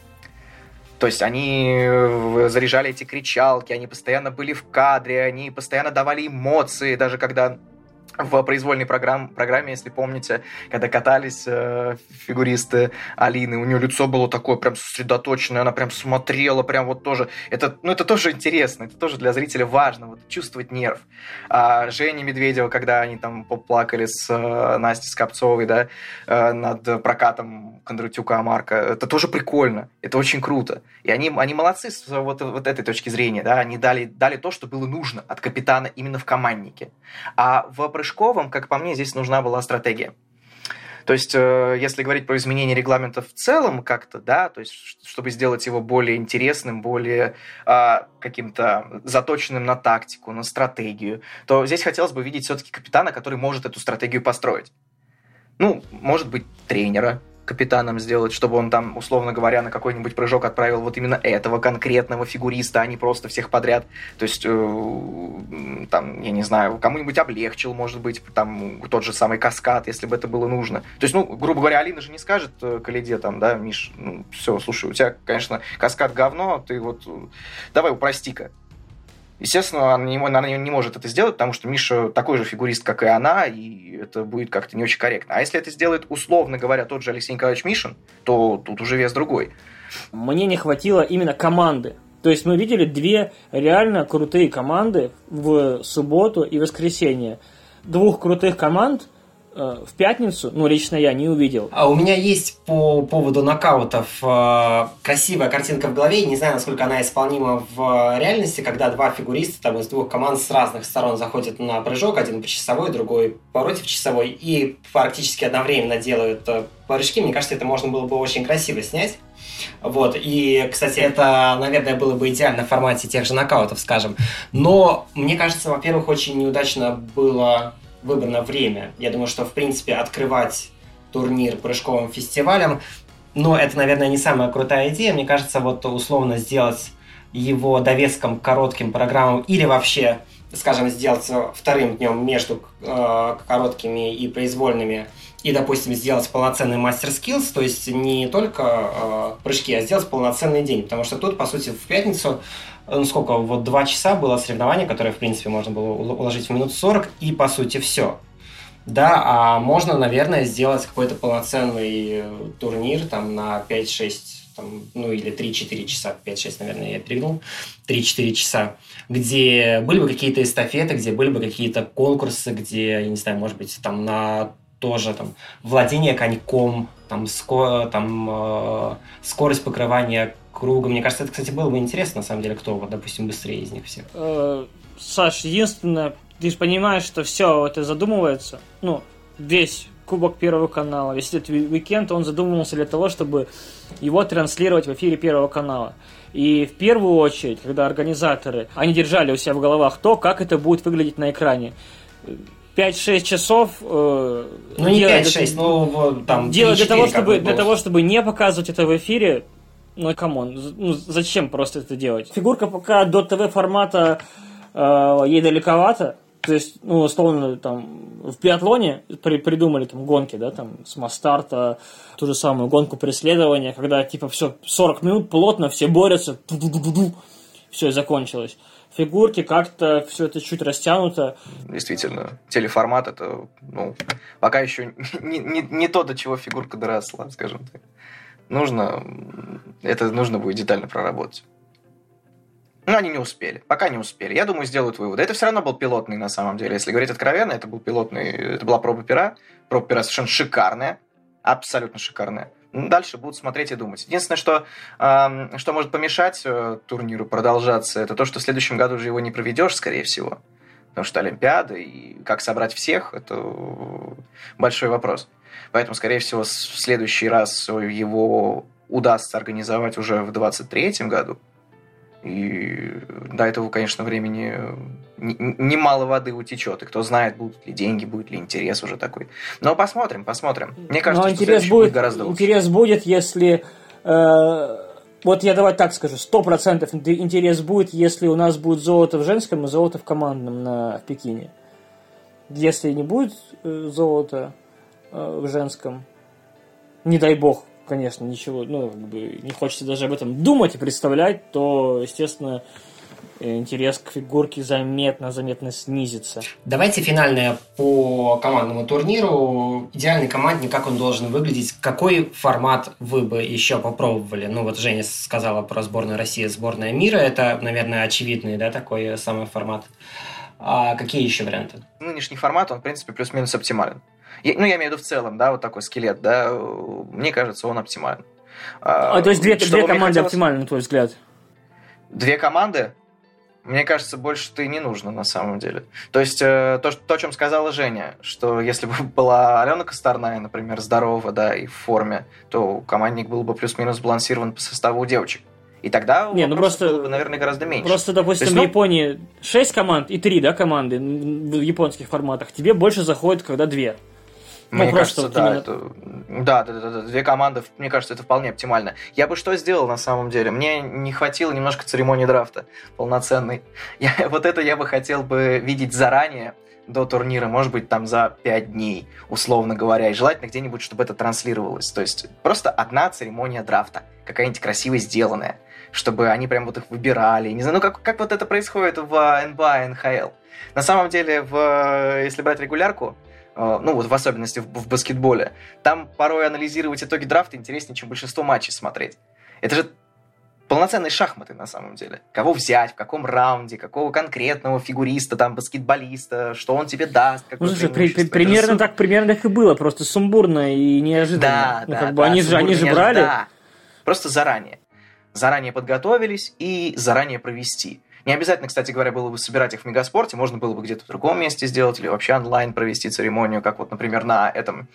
То есть они заряжали эти кричалки, они постоянно были в кадре, они постоянно давали эмоции, даже когда в произвольной программе, программе, если помните, когда катались э, фигуристы Алины, у нее лицо было такое прям сосредоточенное, она прям смотрела, прям вот тоже. Это, ну, это тоже интересно, это тоже для зрителя важно, вот, чувствовать нерв. А Женя Медведева, когда они там поплакали с э, Настей Скопцовой, да, э, над прокатом Кондратюка Марка, это тоже прикольно, это очень круто. И они, они молодцы с вот, вот этой точки зрения, да, они дали, дали то, что было нужно от капитана именно в команднике. А в прыжковом, как по мне, здесь нужна была стратегия. То есть, э, если говорить про изменение регламента в целом как-то, да, то есть, чтобы сделать его более интересным, более э, каким-то заточенным на тактику, на стратегию, то здесь хотелось бы видеть все-таки капитана, который может эту стратегию построить. Ну, может быть, тренера капитаном сделать, чтобы он там, условно говоря, на какой-нибудь прыжок отправил вот именно этого конкретного фигуриста, а не просто всех подряд. То есть, э, там, я не знаю, кому-нибудь облегчил, может быть, там, тот же самый каскад, если бы это было нужно. То есть, ну, грубо говоря, Алина же не скажет Коляде, там, да, Миш, ну, все, слушай, у тебя, конечно, каскад говно, ты вот, давай упрости-ка. Естественно, она не, она не может это сделать, потому что Миша такой же фигурист, как и она, и это будет как-то не очень корректно. А если это сделает, условно говоря, тот же Алексей Николаевич Мишин, то тут уже вес другой. Мне не хватило именно команды. То есть мы видели две реально крутые команды в субботу и воскресенье. Двух крутых команд в пятницу, ну, лично я не увидел. А у меня есть по поводу нокаутов э, красивая картинка в голове, не знаю, насколько она исполнима в реальности, когда два фигуриста там, из двух команд с разных сторон заходят на прыжок, один по часовой, другой против часовой, и практически одновременно делают э, прыжки. Мне кажется, это можно было бы очень красиво снять. Вот, и, кстати, это, наверное, было бы идеально в формате тех же нокаутов, скажем. Но, мне кажется, во-первых, очень неудачно было выбрано время. Я думаю, что, в принципе, открывать турнир прыжковым фестивалем, ну, это, наверное, не самая крутая идея. Мне кажется, вот условно сделать его довеском к коротким программам или вообще, скажем, сделать вторым днем между э, короткими и произвольными и, допустим, сделать полноценный мастер скиллс, то есть не только э, прыжки, а сделать полноценный день. Потому что тут, по сути, в пятницу ну, сколько, вот два часа было соревнование, которое, в принципе, можно было уложить в минут сорок, и, по сути, все. Да, а можно, наверное, сделать какой-то полноценный турнир там на пять-шесть, там, ну, или три-четыре часа, пять-шесть, наверное, я перегнул, три-четыре часа, где были бы какие-то эстафеты, где были бы какие-то конкурсы, где, я не знаю, может быть, там на тоже там владение коньком, там, ско- там э- скорость покрывания круга. Мне кажется, это, кстати, было бы интересно, на самом деле, кто, вот, допустим, быстрее из них всех. Саш, единственное, ты же понимаешь, что все это задумывается, ну, весь Кубок Первого канала, весь этот уикенд, он задумывался для того, чтобы его транслировать в эфире Первого канала. И в первую очередь, когда организаторы, они держали у себя в головах то, как это будет выглядеть на экране. пять-шесть часов э, ну не пять-шесть, ну там делать для того, чтобы, для того, чтобы не показывать это в эфире. Ну, камон, ну зачем просто это делать? Фигурка пока до ТВ формата э, ей далековато. То есть, ну, условно, там, в биатлоне при, придумали там гонки, да, там, с масс-старта, ту же самую гонку преследования, когда, типа, все, сорок минут плотно, все борются, все, и закончилось. фигурки, как-то все это чуть растянуто. Действительно, телеформат это, ну, пока еще не, не, не то, до чего фигурка доросла, скажем так. Нужно, это нужно будет детально проработать. Но они не успели, пока не успели. Я думаю, сделают выводы. Это все равно был пилотный, на самом деле. Если говорить откровенно, это был пилотный, это была проба пера. Проба пера совершенно шикарная, абсолютно шикарная. Дальше будут смотреть и думать. Единственное, что, э, что может помешать э, турниру продолжаться, это то, что в следующем году уже его не проведешь, скорее всего. Потому что Олимпиада, и как собрать всех, это большой вопрос. Поэтому, скорее всего, в следующий раз его удастся организовать уже в двадцать третьем году. И до этого, конечно, времени немало воды утечет. И кто знает, будут ли деньги, будет ли интерес уже такой. Но посмотрим, посмотрим. Мне кажется, Но что интерес будет, будет будет гораздо лучше. Интерес будет, если... Э, вот я давай так скажу. Сто процентов интерес будет, если у нас будет золото в женском и золото в командном на, в Пекине. Если не будет э, золота э, в женском, не дай бог, конечно, ничего, ну, как бы не хочется даже об этом думать и представлять, то, естественно, интерес к фигурке заметно-заметно снизится. Давайте финальное по командному турниру. Идеальный командник, как он должен выглядеть? Какой формат вы бы еще попробовали? Ну, вот Женя сказала про сборную России, сборная мира. Это, наверное, очевидный, да, такой самый формат. А какие еще варианты? Нынешний формат, он, в принципе, плюс-минус оптимален. Я, ну, я имею в виду в целом, да, вот такой скелет, да, мне кажется, он оптимален. А, а то есть две, две команды хотелось... оптимальны, на твой взгляд? Две команды? Мне кажется, больше-то и не нужно, на самом деле. То есть, э, то, то, о чем сказала Женя, что если бы была Алена Косторная, например, здорова, да, и в форме, то командник был бы плюс-минус балансирован по составу у девочек. И тогда не, ну просто, было бы, наверное, гораздо меньше. Просто, допустим, есть, в Японии шесть команд и три, да, команды в японских форматах. Тебе больше заходит, когда две. Мне ну, кажется, да, именно... это... да, да, да, да, две команды, мне кажется, это вполне оптимально. Я бы что сделал на самом деле? Мне не хватило немножко церемонии драфта полноценной. Я, вот это я бы хотел бы видеть заранее, до турнира, может быть, там за пять дней, условно говоря, и желательно где-нибудь, чтобы это транслировалось. То есть просто одна церемония драфта, какая-нибудь красиво сделанная, чтобы они прям вот их выбирали. Не знаю, ну как, как вот это происходит в эн би эй, эн эйч эл. На самом деле, в, если брать регулярку, ну вот в особенности в, в баскетболе, там порой анализировать итоги драфта интереснее, чем большинство матчей смотреть. Это же полноценные шахматы на самом деле. Кого взять, в каком раунде, какого конкретного фигуриста, там, баскетболиста, что он тебе даст. Ну, слушай, при, при, примерно сум... так примерно так и было, просто сумбурно и неожиданно. Да, ну, да, как да, бы они же, они же брали. Да. Просто заранее. Заранее подготовились и заранее провести. Не обязательно, кстати говоря, было бы собирать их в Мегаспорте, можно было бы где-то в другом месте сделать или вообще онлайн провести церемонию, как вот, например, на этом...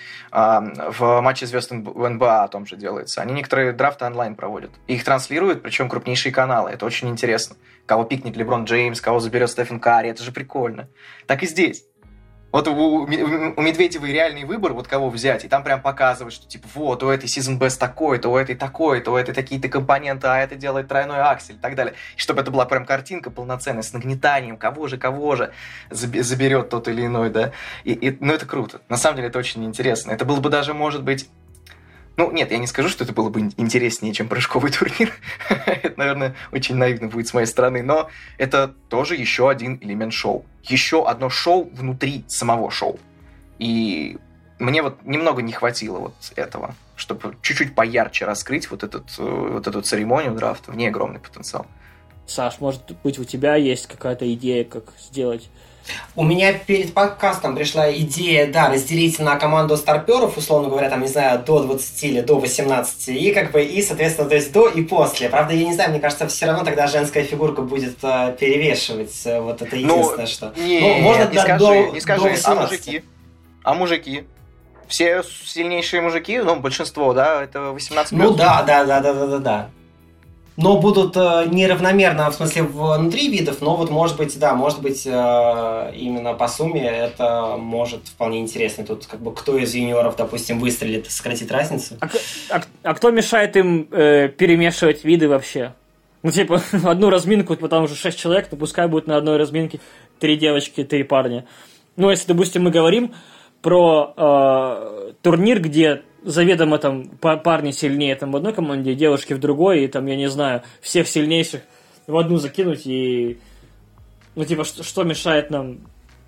в матче звезд в эн би эй о том же делается. Они некоторые драфты онлайн проводят. И их транслируют, причем крупнейшие каналы. Это очень интересно. Кого пикнет Леброн Джеймс, кого заберет Стефен Карри. Это же прикольно. Так и здесь. Вот у, у Медведевой реальный выбор, вот кого взять, и там прям показывают, что типа вот, у этой season best такой-то, у этой такой-то, у этой такие-то компоненты, а это делает тройной аксель и так далее. И чтобы это была прям картинка полноценная, с нагнетанием, кого же, кого же заберет тот или иной, да. И, и, ну, это круто. На самом деле это очень интересно. Это было бы даже, может быть... Ну, нет, я не скажу, что это было бы интереснее, чем прыжковый турнир. Это, наверное, очень наивно будет с моей стороны. Но это тоже еще один элемент шоу. Еще одно шоу внутри самого шоу. И мне вот немного не хватило вот этого, чтобы чуть-чуть поярче раскрыть вот, этот, вот эту церемонию драфта. В ней огромный потенциал. Саш, может быть, у тебя есть какая-то идея, как сделать... У меня перед подкастом пришла идея, да, разделить на команду старперов, условно говоря, там, не знаю, до двадцати или до восемнадцати, и как бы, и, соответственно, то есть до и после. Правда, я не знаю, мне кажется, все равно тогда женская фигурка будет э, перевешивать, вот это единственное, ну, что... Не, ну, можно не, скажи, до, не скажи, до а мужики? А мужики? Все сильнейшие мужики, ну, большинство, да, это восемнадцать плюс? Ну, да, да, да, да, да, да, да. Но будут э, неравномерно, в смысле, внутри видов, но вот, может быть, да, может быть, э, именно по сумме это может вполне интересно. Тут как бы кто из юниоров, допустим, выстрелит и сократит разницу. А, а, а кто мешает им э, перемешивать виды вообще? Ну, типа, одну разминку, потому что шесть человек, то пускай будет на одной разминке три девочки, три парня. Ну, если, допустим, мы говорим про э, турнир, где... заведомо там парни сильнее там в одной команде, девушки в другой, и там, я не знаю, всех сильнейших в одну закинуть и... Ну, типа, что, что мешает нам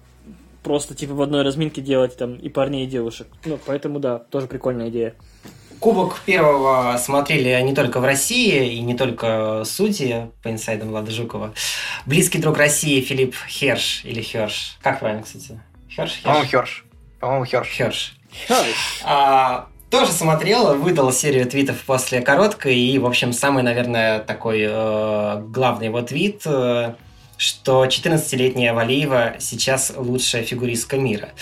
просто, типа, в одной разминке делать там и парней, и девушек. Ну, поэтому, да, тоже прикольная идея. Кубок первого смотрели не только в России и не только судьи по инсайдам Влада Жукова. Близкий друг России Филипп Херш или Херш. Как правильно, кстати? Херш? Херш? По-моему, Херш. По-моему, Херш. Херш. Херш. А, тоже смотрел, выдал серию твитов после короткой. И, в общем, самый, наверное, такой э, главный его твит, э, что четырнадцатилетняя Валиева сейчас лучшая фигуристка мира.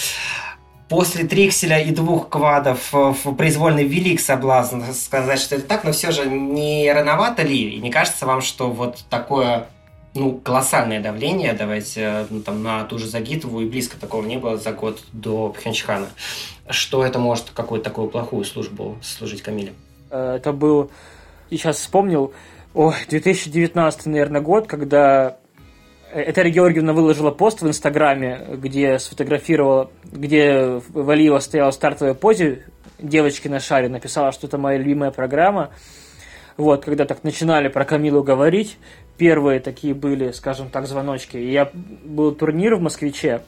После трикселя и двух квадов в произвольный велик соблазн сказать, что это так, но все же не рановато ли? И не кажется вам, что вот такое, ну, колоссальное давление, давайте, ну, там, на ту же Загитову, и близко такого не было за год до Пхенчхана, что это может какую-то такую плохую службу служить Камиле? Это был, сейчас вспомнил, ой, две тысячи девятнадцатый, наверное, год, когда... Этария Георгиевна выложила пост в Инстаграме, где сфотографировала, где Валиева стояла в стартовой позе, девочки на шаре, написала, что это моя любимая программа. Вот, когда так начинали про Камилу говорить, первые такие были, скажем так, звоночки. И я был турнир в Москвиче,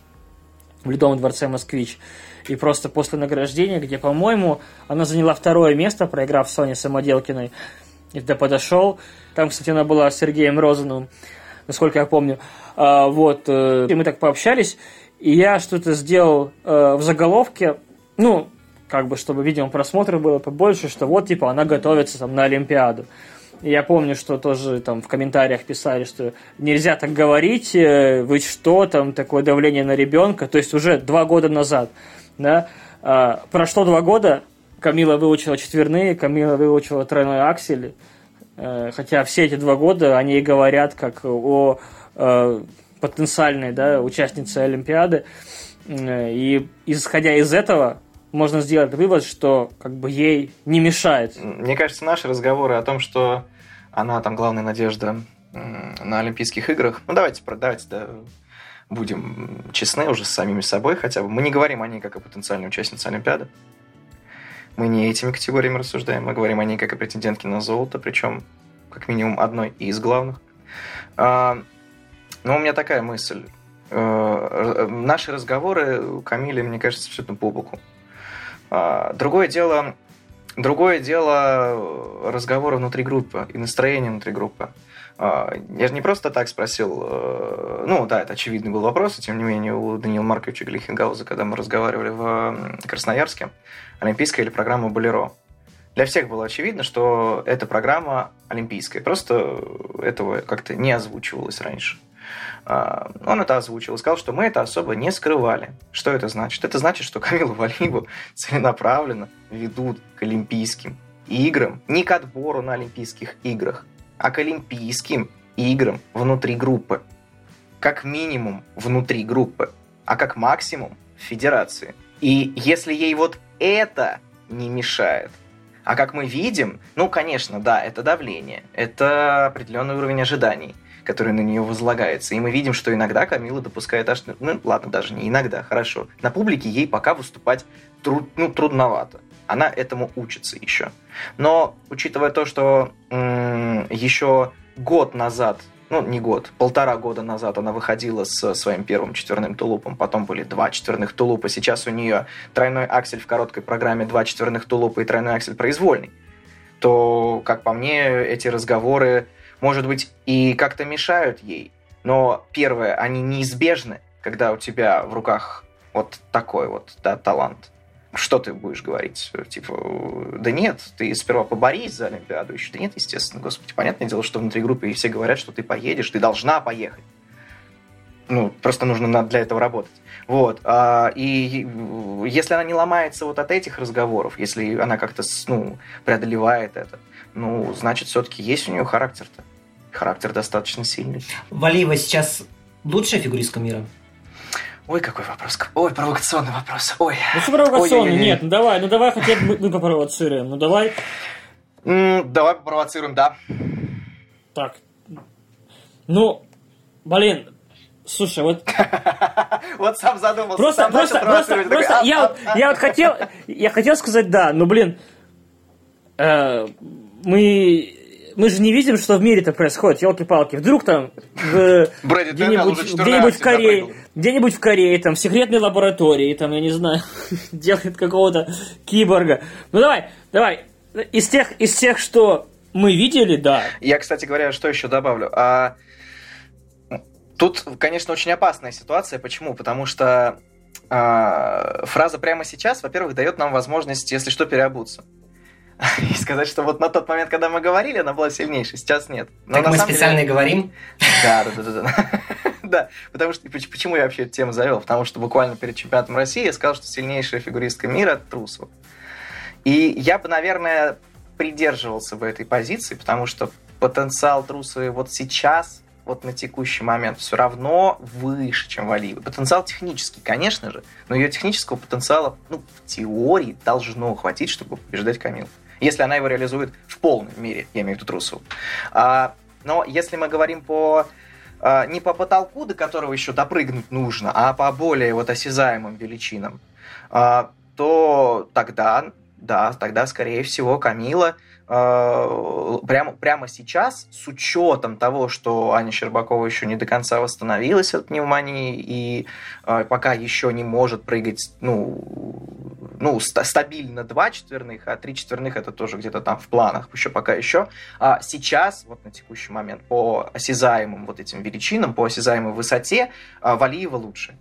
в Ледовом дворце «Москвич», и просто после награждения, где, по-моему, она заняла второе место, проиграв Соне Самоделкиной, и тогда подошел, там, кстати, она была с Сергеем Розановым, насколько я помню. А, вот, э, и мы так пообщались, и я что-то сделал э, в заголовке, ну, как бы, чтобы, видимо, просмотров было побольше, что вот, типа, она готовится там на Олимпиаду. И я помню, что тоже там в комментариях писали, что нельзя так говорить, э, вы что, там, такое давление на ребенка, то есть уже два года назад, да, а, прошло два года, Камила выучила четверные, Камила выучила тройной аксель. Хотя все эти два года они и говорят как о э, потенциальной, да, участнице Олимпиады. И исходя из этого можно сделать вывод, что как бы ей не мешает. Мне кажется, наши разговоры о том, что она там главная надежда на Олимпийских играх, ну давайте, давайте да, будем честны уже с самими собой хотя бы. Мы не говорим о ней как о потенциальной участнице Олимпиады. Мы не этими категориями рассуждаем, мы говорим о ней как о претендентке на золото, причем как минимум одной и из главных. А, но у меня такая мысль. А, наши разговоры Камиле, мне кажется, абсолютно по боку. А, другое дело, другое дело разговоры внутри группы и настроение внутри группы. А, я же не просто так спросил, ну да, это очевидный был вопрос, и тем не менее у Даниила Марковича Глихенгауза, когда мы разговаривали в Красноярске, олимпийская или программа «Болеро». Для всех было очевидно, что эта программа олимпийская. Просто этого как-то не озвучивалось раньше. Он это озвучил и сказал, что мы это особо не скрывали. Что это значит? Это значит, что Камилу Валиеву целенаправленно ведут к Олимпийским играм, не к отбору на Олимпийских играх, а к Олимпийским играм внутри группы. Как минимум внутри группы, а как максимум в федерации. И если ей вот это не мешает, а как мы видим, ну, конечно, да, это давление, это определенный уровень ожиданий, который на нее возлагается. И мы видим, что иногда Камила допускает аж... Ну, ладно, даже не иногда, хорошо. На публике ей пока выступать труд... ну, трудновато. Она этому учится еще. Но, учитывая то, что м- еще год назад, ну, не год, полтора года назад она выходила с своим первым четверным тулупом, потом были два четверных тулупа, сейчас у нее тройной аксель в короткой программе, два четверных тулупа и тройной аксель произвольный, то, как по мне, эти разговоры, может быть, и как-то мешают ей, но, первое, они неизбежны, когда у тебя в руках вот такой вот, да, талант. Что ты будешь говорить? Типа, да нет, ты сперва поборись за Олимпиаду еще. Да нет, естественно, господи, понятное дело, что внутри группы все говорят, что ты поедешь, ты должна поехать. Ну, просто нужно для этого работать. Вот. И если она не ломается вот от этих разговоров, если она как-то, ну, преодолевает это, ну, значит, все-таки есть у нее характер-то. Характер достаточно сильный. Валиева сейчас лучшая фигуристка мира? Ой, какой вопрос. Ой, провокационный вопрос. Ой. Ну что провокационный? Ой-ой-ой. Нет, ну давай, ну давай хотя бы мы, мы попровоцируем. Ну давай. Mm, давай попровоцируем, да. Так. Ну, блин, слушай, вот... Вот сам задумался. Просто, сам просто, просто, просто я, я вот хотел, я хотел сказать да, но, блин, мы мы же не видим, что в мире-то происходит, елки-палки. Вдруг там в, где-нибудь, где-нибудь в Корее, где-нибудь в Корее, там, в секретной лаборатории, там, я не знаю, делает какого-то киборга. Ну давай, давай, из тех, из тех, что мы видели, да. Я, кстати говоря, что еще добавлю? А, тут, конечно, очень опасная ситуация. Почему? Потому что а, фраза «прямо сейчас», во-первых, дает нам возможность, если что, переобуться. И сказать, что вот на тот момент, когда мы говорили, она была сильнейшей, сейчас нет. Но так мы специально деле... говорим? Да, да, да, да. Да, потому что, почему я вообще эту тему завел? Потому что буквально перед чемпионатом России я сказал, что сильнейшая фигуристка мира – Трусова. И я бы, наверное, придерживался бы этой позиции, потому что потенциал Трусовой вот сейчас, вот на текущий момент, все равно выше, чем Валиевой. Потенциал технический, конечно же, но ее технического потенциала, ну, в теории должно хватить, чтобы побеждать Камилу. Если она его реализует в полной мере, я имею в виду Трусову. А, но если мы говорим по а, не по потолку, до которого еще допрыгнуть нужно, а по более вот осязаемым величинам, а, то тогда, да, тогда, скорее всего, Камила а, прямо, прямо сейчас, с учетом того, что Аня Щербакова еще не до конца восстановилась от пневмонии и а, пока еще не может прыгать, ну, ну, стабильно два четверных, а три четверных это тоже где-то там в планах, еще пока еще. А сейчас, вот на текущий момент, по осязаемым вот этим величинам, по осязаемой высоте, Валиева лучше.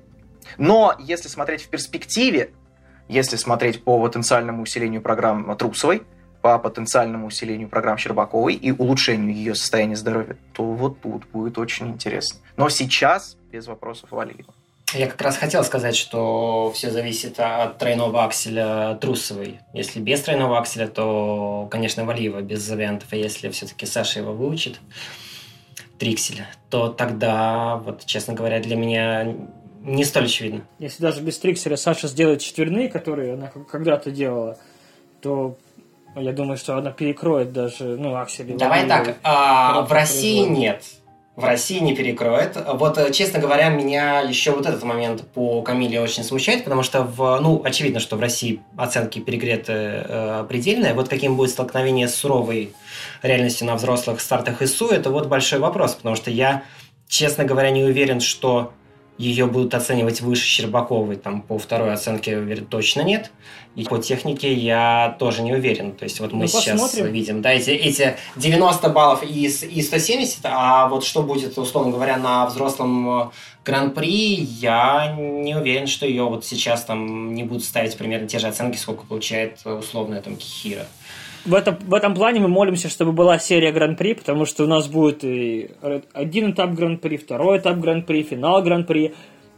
Но если смотреть в перспективе, если смотреть по потенциальному усилению программ Трусовой, по потенциальному усилению программ Щербаковой и улучшению ее состояния здоровья, то вот тут будет очень интересно. Но сейчас без вопросов Валиева. Я как раз хотел сказать, что все зависит от тройного акселя Трусовой. Если без тройного акселя, то, конечно, Валиева без вариантов. А если все-таки Саша его выучит, триксель, то тогда, вот, честно говоря, для меня не столь очевидно. Если даже без трикселя Саша сделает четверные, которые она когда-то делала, то я думаю, что она перекроет даже, ну, аксель. Давай так, а, в России нет. В России не перекроет. Вот, честно говоря, меня еще вот этот момент по Камиле очень смущает, потому что, в, ну, очевидно, что в России оценки перегреты э, предельные. Вот каким будет столкновение с суровой реальностью на взрослых стартах ИСУ, это вот большой вопрос, потому что я, честно говоря, не уверен, что ее будут оценивать выше Щербаковой, там по второй оценке точно нет. И по технике я тоже не уверен. То есть вот мы ну, сейчас посмотрим. Видим, да, эти, эти девяносто баллов и, и сто семьдесят, а вот что будет, условно говоря, на взрослом гран-при, я не уверен, что ее вот сейчас там не будут ставить примерно те же оценки, сколько получает условная там Кихира. В этом, в этом плане мы молимся, чтобы была серия Гран-при, потому что у нас будет и один этап Гран-при, второй этап Гран-при, финал Гран-при,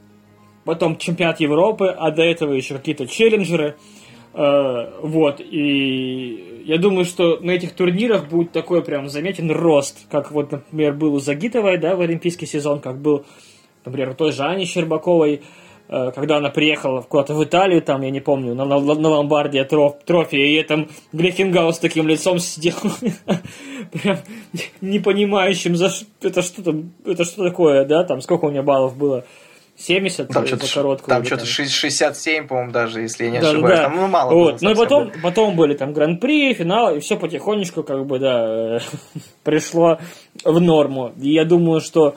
потом чемпионат Европы, а до этого еще какие-то челленджеры. Э, вот, и я думаю, что на этих турнирах будет такой прям заметен рост, как вот, например, был у Загитовой, да, в олимпийский сезон, как был, например, у той же Ани Щербаковой, когда она приехала куда-то в Италию, там, я не помню, на, на, на Ломбардии троф, трофи, и там Греффингау с таким лицом сидел, прям не понимающим, за это что-то, это что такое, да, там, сколько у меня баллов было, семьдесят там за короткую. Там что-то шестьдесят семь, по-моему, даже, если я не да, ошибаюсь, да. Там ну, мало вот. было. Ну и потом, потом были там Гран-при, финал, и все потихонечку, как бы, да, пришло в норму. И я думаю, что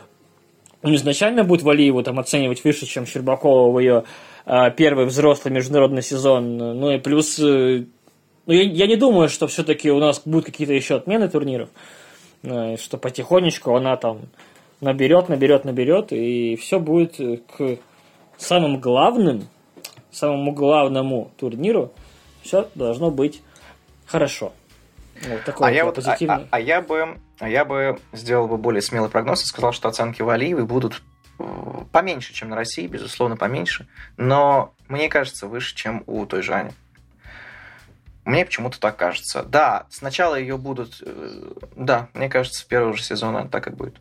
он изначально будет Валиеву там оценивать выше, чем Щербакова в ее а, первый взрослый международный сезон. Ну и плюс, ну, я, я не думаю, что все-таки у нас будут какие-то еще отмены турниров, а, что потихонечку она там наберет, наберет, наберет, и все будет к самым главным, самому главному турниру все должно быть хорошо. Вот такой а, вот я вот, а, а, а я бы, а я бы сделал бы более смелый прогноз и сказал, что оценки Валиевой будут поменьше, чем на России, безусловно, поменьше, но мне кажется, выше, чем у той же Ани. Мне почему-то так кажется. Да, сначала ее будут... Да, мне кажется, в первый же сезон так и будет.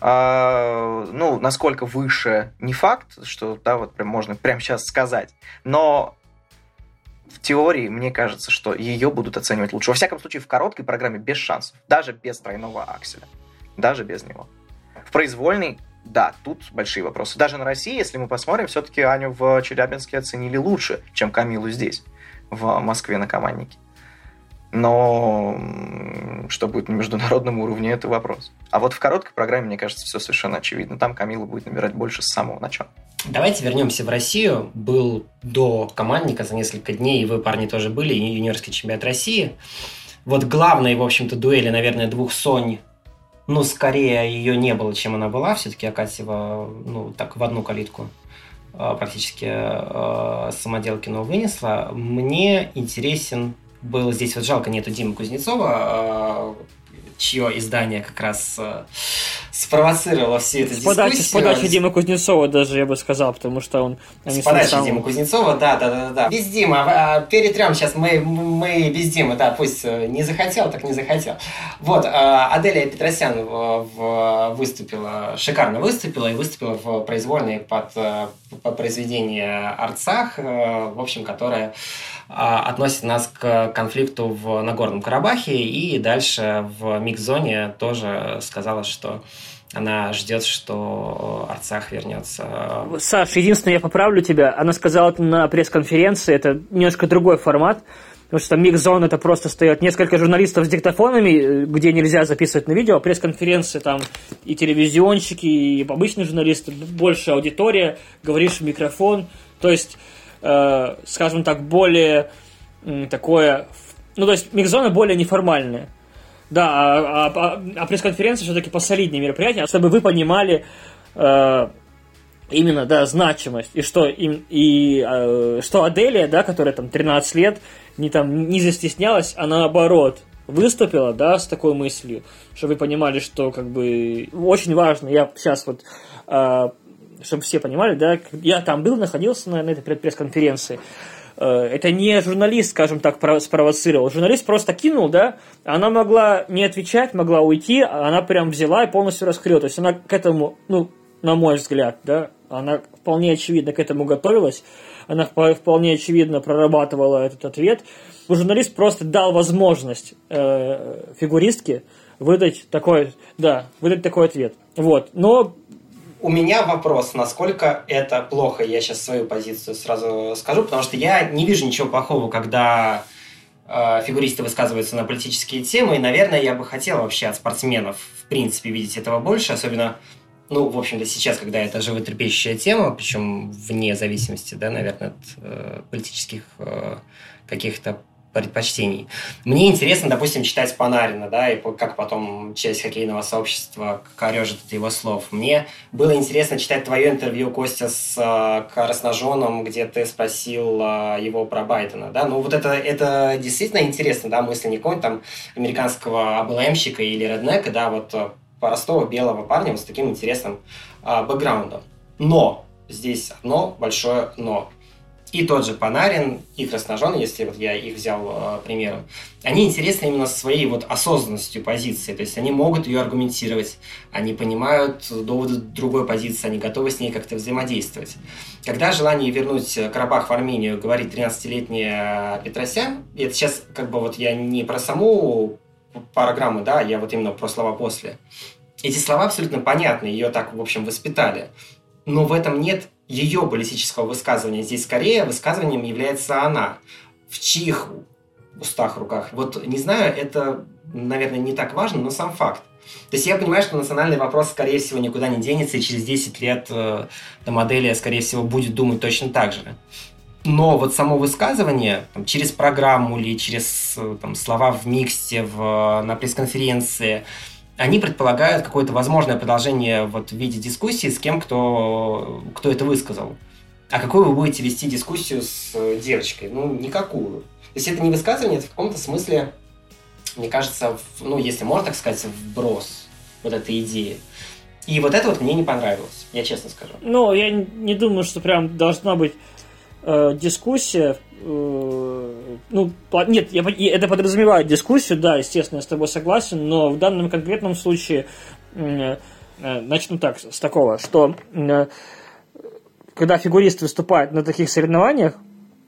А, ну, насколько выше, не факт, что, да, вот прям можно прямо сейчас сказать, но в теории, мне кажется, что ее будут оценивать лучше. Во всяком случае, в короткой программе без шансов. Даже без тройного акселя. Даже без него. В произвольной, да, тут большие вопросы. Даже на России, если мы посмотрим, все-таки Аню в Челябинске оценили лучше, чем Камилу здесь, в Москве на команднике. но что будет на международном уровне, это вопрос. А вот в короткой программе, мне кажется, все совершенно очевидно. Там Камила будет набирать больше с самого начала. Давайте вернемся в Россию. Был до командника за несколько дней, и вы, парни, тоже были, и юниорский чемпионат России. Вот главной, в общем-то, дуэли, наверное, двух Сонь, ну, скорее ее не было, чем она была. Все-таки Акатьева, ну, так в одну калитку практически Самоделкину вынесла. Мне интересен был, здесь вот жалко нету Димы Кузнецова, чье издание как раз спровоцировало всю эту с дискуссию. Подачи, с подачи Димы Кузнецова даже, я бы сказал, потому что он... С подачи сам... Димы Кузнецова, да, да, да, да. Без Димы, а, перетрем сейчас мы, мы без Димы, да, пусть не захотел, так не захотел. Вот, Аделия Петросян выступила, шикарно выступила, и выступила в произвольной под, под произведение Арцах, в общем, которое относит нас к конфликту в Нагорном Карабахе, и дальше в микс-зоне тоже сказала, что она ждет, что Арцах вернется. Саш, единственное, я поправлю тебя, она сказала это на пресс-конференции, это немножко другой формат, потому что микс-зон это просто стоят несколько журналистов с диктофонами, где нельзя записывать на видео, а пресс-конференции там и телевизионщики, и обычные журналисты, больше аудитория, говоришь в микрофон, то есть... Э, скажем так, более э, такое... Ну, то есть, микс-зона более неформальная. Да, а, а, а пресс-конференция все-таки посолиднее мероприятие, чтобы вы понимали э, именно, да, значимость. И что, и, и, э, что Аделия, да, которая там тринадцать лет, не, там, не застеснялась, а наоборот выступила, да, с такой мыслью, чтобы вы понимали, что, как бы, очень важно. Я сейчас вот... Э, чтобы все понимали, да, я там был, находился на, на этой пресс-конференции. Это не журналист, скажем так, спровоцировал. Журналист просто кинул, да, она могла не отвечать, могла уйти, а она прям взяла и полностью раскрыла. То есть она к этому, ну, на мой взгляд, да, она вполне очевидно к этому готовилась, она вполне очевидно прорабатывала этот ответ. Журналист просто дал возможность э, фигуристке выдать такой, да, выдать такой ответ. Вот, но... У меня вопрос, насколько это плохо, я сейчас свою позицию сразу скажу, потому что я не вижу ничего плохого, когда э, фигуристы высказываются на политические темы, и, наверное, я бы хотел вообще от спортсменов, в принципе, видеть этого больше, особенно, ну, в общем-то, сейчас, когда это животрепещущая тема, причем вне зависимости, да, наверное, от э, политических э, каких-то предпочтений. Мне интересно, допустим, читать Панарина, да, и как потом часть хоккейного сообщества корежит от его слов. Мне было интересно читать твое интервью, Костя, с э, Красножоном, где ты спросил э, его про Байдена, да, ну вот это, это действительно интересно, да, мысли не какого-нибудь там американского АБЛМщика или реднека, да, вот э, простого белого парня вот с таким интересным э, бэкграундом. Но, здесь одно большое но. И тот же Панарин, и Красножон, если вот я их взял э, примером, они интересны именно своей вот осознанностью позиции. То есть они могут ее аргументировать, они понимают доводы другой позиции, они готовы с ней как-то взаимодействовать. Когда желание вернуть Карабах в Армению говорит тринадцатилетняя Петросян, и это сейчас как бы вот я не про саму программу, да, я вот именно про слова после. Эти слова абсолютно понятны, ее так, в общем, воспитали. Но в этом нет ее политического высказывания. Здесь скорее высказыванием является она. В чьих устах, руках? Вот не знаю, это, наверное, не так важно, но сам факт. То есть я понимаю, что национальный вопрос, скорее всего, никуда не денется, и через десять лет э, модели, скорее всего, будет думать точно так же. Но вот само высказывание там, через программу или через там, слова в миксте, в, на пресс-конференции, они предполагают какое-то возможное продолжение вот, в виде дискуссии с кем, кто, кто это высказал. А какую вы будете вести дискуссию с девочкой? Ну, никакую. То есть это не высказывание, это в каком-то смысле, мне кажется, в, ну, если можно так сказать, вброс вот этой идеи. И вот это вот мне не понравилось, я честно скажу. Ну, я не думаю, что прям должна быть э, дискуссия. Э, ну, нет, я, это подразумевает дискуссию, да, естественно, я с тобой согласен, но в данном конкретном случае э, э, начну так, с такого, что э, когда фигурист выступает на таких соревнованиях,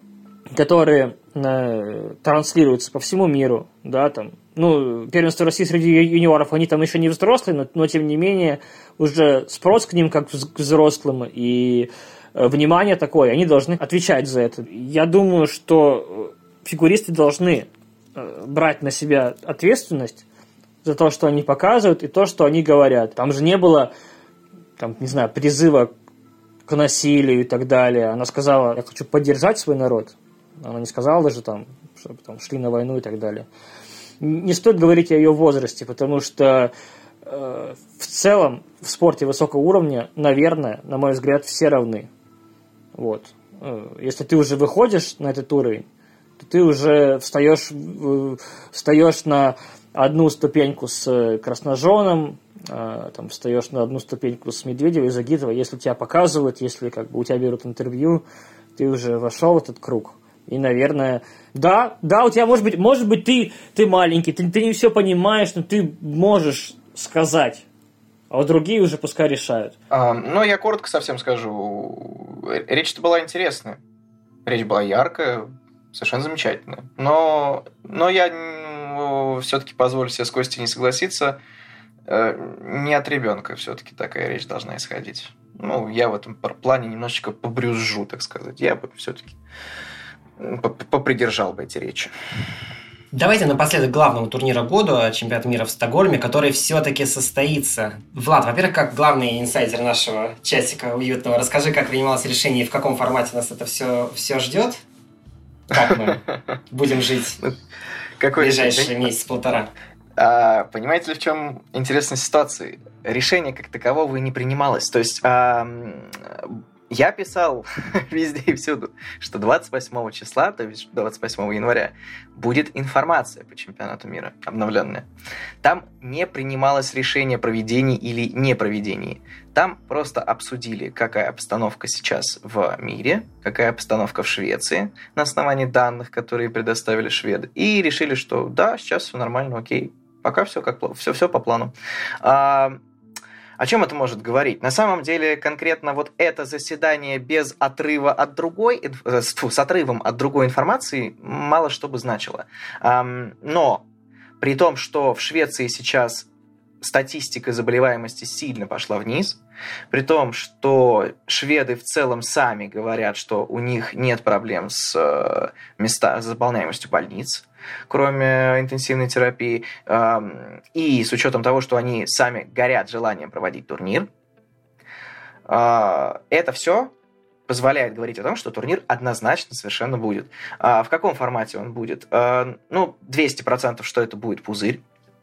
которые э, транслируются по всему миру, да, там, ну, первенство России среди юниоров, они там еще не взрослые, но, но тем не менее уже спрос к ним как к взрослым и э, внимание такое, они должны отвечать за это. Я думаю, что фигуристы должны брать на себя ответственность за то, что они показывают, и то, что они говорят. Там же не было, там, не знаю, призыва к насилию и так далее. Она сказала, я хочу поддержать свой народ. Она не сказала даже, там, чтобы там, шли на войну и так далее. Не стоит говорить о ее возрасте, потому что э, в целом в спорте высокого уровня, наверное, на мой взгляд, все равны. Вот. Если ты уже выходишь на этот уровень, то ты уже встаешь, встаешь на одну ступеньку с Красножоном, там, встаешь на одну ступеньку с Медведевой, Загитовой. Если тебя показывают, если как бы у тебя берут интервью, ты уже вошел в этот круг. И, наверное, да, да, у тебя может быть, может быть, ты, ты маленький, ты, ты не все понимаешь, но ты можешь сказать. А вот другие уже пускай решают. А, ну, я коротко совсем скажу. Речь-то была интересная. Речь была яркая, совершенно замечательная. Но, но я ну, все-таки позволю себе с Костей не согласиться. Не от ребенка все-таки такая речь должна исходить. Ну, я в этом плане немножечко побрюзжу, так сказать. Я бы все-таки попридержал бы эти речи. Давайте напоследок главного турнира года, чемпионат мира в Стокгольме, который все-таки состоится. Влад, во-первых, как главный инсайдер нашего часика уютного, расскажи, как принималось решение и в каком формате нас это все, все ждет. Как мы будем жить в ближайшие месяц-полтора. А, понимаете ли, в чем интересная ситуация? Решение как такового и не принималось. То есть а, я писал везде и всюду, что двадцать восьмого числа, то есть двадцать восьмого января, будет информация по чемпионату мира, обновленная. Там не принималось решение о проведении или не проведении. Там просто обсудили, какая обстановка сейчас в мире, какая обстановка в Швеции на основании данных, которые предоставили шведы, и решили, что да, сейчас все нормально, окей, пока все, как, все, все по плану. А, О чем это может говорить? На самом деле, конкретно вот это заседание без отрыва от другой, фу, с отрывом от другой информации мало что бы значило. Но при том, что в Швеции сейчас статистика заболеваемости сильно пошла вниз, при том, что шведы в целом сами говорят, что у них нет проблем с, места, с заполняемостью больниц, кроме интенсивной терапии, и с учетом того, что они сами горят желанием проводить турнир, это все позволяет говорить о том, что турнир однозначно совершенно будет. В каком формате он будет? Ну, двести процентов, что это будет пузырь.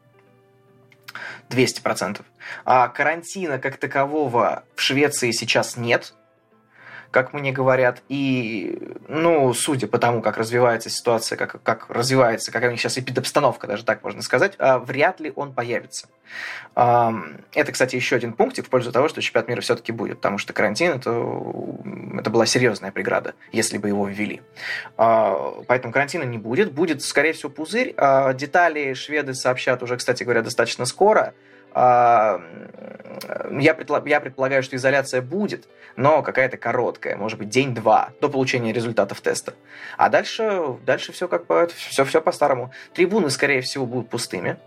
двести процентов. А карантина как такового в Швеции сейчас нет, как мне говорят. И, ну, судя по тому, как развивается ситуация, как, как развивается, какая у них сейчас эпидобстановка, даже так можно сказать, вряд ли он появится. Это, кстати, еще один пунктик в пользу того, что чемпионат мира все-таки будет, потому что карантин это, это была серьезная преграда, если бы его ввели. Поэтому карантина не будет. Будет, скорее всего, пузырь. Детали шведы сообщат уже, кстати говоря, достаточно скоро. Я, предполагаю, я предполагаю, что изоляция будет, но какая-то короткая, может быть, день-два до получения результатов теста. А дальше, дальше все как по, все, все по-старому. Трибуны, скорее всего, будут пустыми.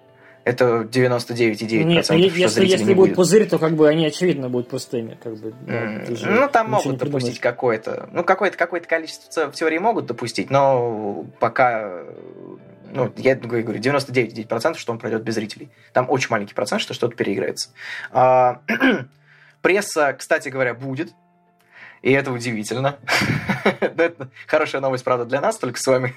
Это девяносто девять целых девять десятых процента. Нет, если, если будет пузырь, то как бы они, очевидно, будут пустыми. Как бы, mm. Ну, там могут допустить какое-то... Ну, какое-то, какое-то количество в теории могут допустить, но пока... Ну, я говорю, девяносто девять целых девять десятых процента, что он пройдет без зрителей. Там очень маленький процент, что что-то переиграется. А, пресса, кстати говоря, будет. И это удивительно. Это хорошая новость, правда, для нас, только с вами,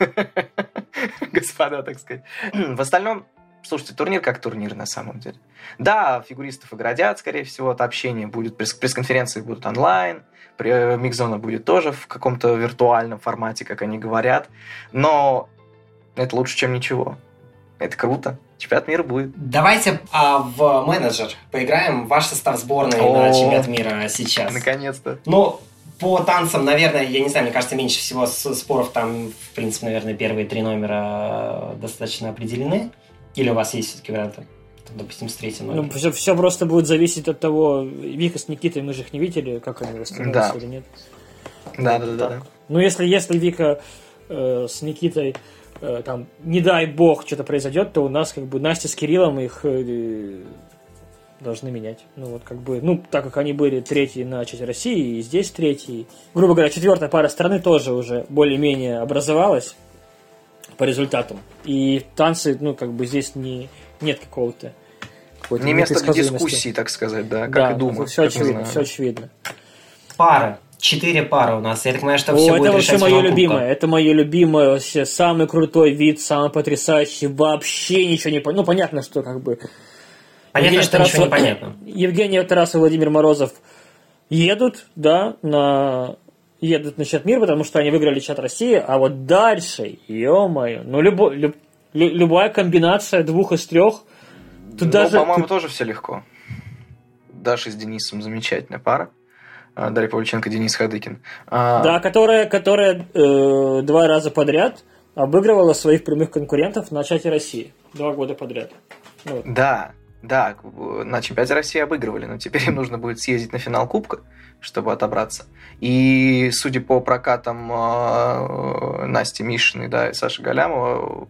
господа, так сказать. В остальном, слушайте, турнир как турнир на самом деле. Да, фигуристов оградят, скорее всего, от общения будет. Пресс-конференции будут онлайн. Микзона будет тоже в каком-то виртуальном формате, как они говорят. Но это лучше, чем ничего. Это круто. Чемпионат мира будет. Давайте а, в менеджер поиграем. Ваш состав сборной О, на чемпионат мира сейчас. Наконец-то. Ну, по танцам, наверное, я не знаю, мне кажется, меньше всего споров. Там, в принципе, наверное, первые три номера достаточно определены. Или у вас есть все-таки варианты? Допустим, с третьим номером. Ну, все, все просто будет зависеть от того, Вика с Никитой, мы же их не видели, как они расстановились да. или нет. Да, да, да, да. Ну, если, если Вика э, с Никитой там, не дай бог, что-то произойдет, то у нас как бы Настя с Кириллом их э, должны менять. Ну вот как бы, ну так как они были третьи на честь России, и здесь третий. Грубо говоря, четвертая пара страны тоже уже более-менее образовалась. по результатам. И танцы, ну, как бы здесь не, нет какого-то... Не место для дискуссии, так сказать, да, как да, и думаю. все очевидно, все очевидно. Пары. Четыре пары у нас. Я так понимаю, что О, все это будет вообще решать мое финал любимое. Кубка. Это мое любимое, вообще самый крутой вид, самый потрясающий. Вообще ничего не понятно. Ну, понятно, что как бы... Понятно, Евгений что Тарасов... ничего не понятно. Евгений Тарасов и Владимир Морозов едут, да, на... едут на чемпионат мира, потому что они выиграли чемпионат России, а вот дальше, ё-моё, ну, любо... люб... любая комбинация двух из трех. Тут ну, даже... по-моему, тут... тоже все легко. Даша с Денисом замечательная пара. Дарья Павлюченко, Денис Хадыкин. Да, которая, которая э, два раза подряд обыгрывала своих прямых конкурентов на чемпионате России. Два года подряд. Вот. Да, да, на чемпионате России обыгрывали, но теперь им нужно будет съездить на финал Кубка, чтобы отобраться. И, судя по прокатам э, Насти Мишиной, да, и Саши Галямова,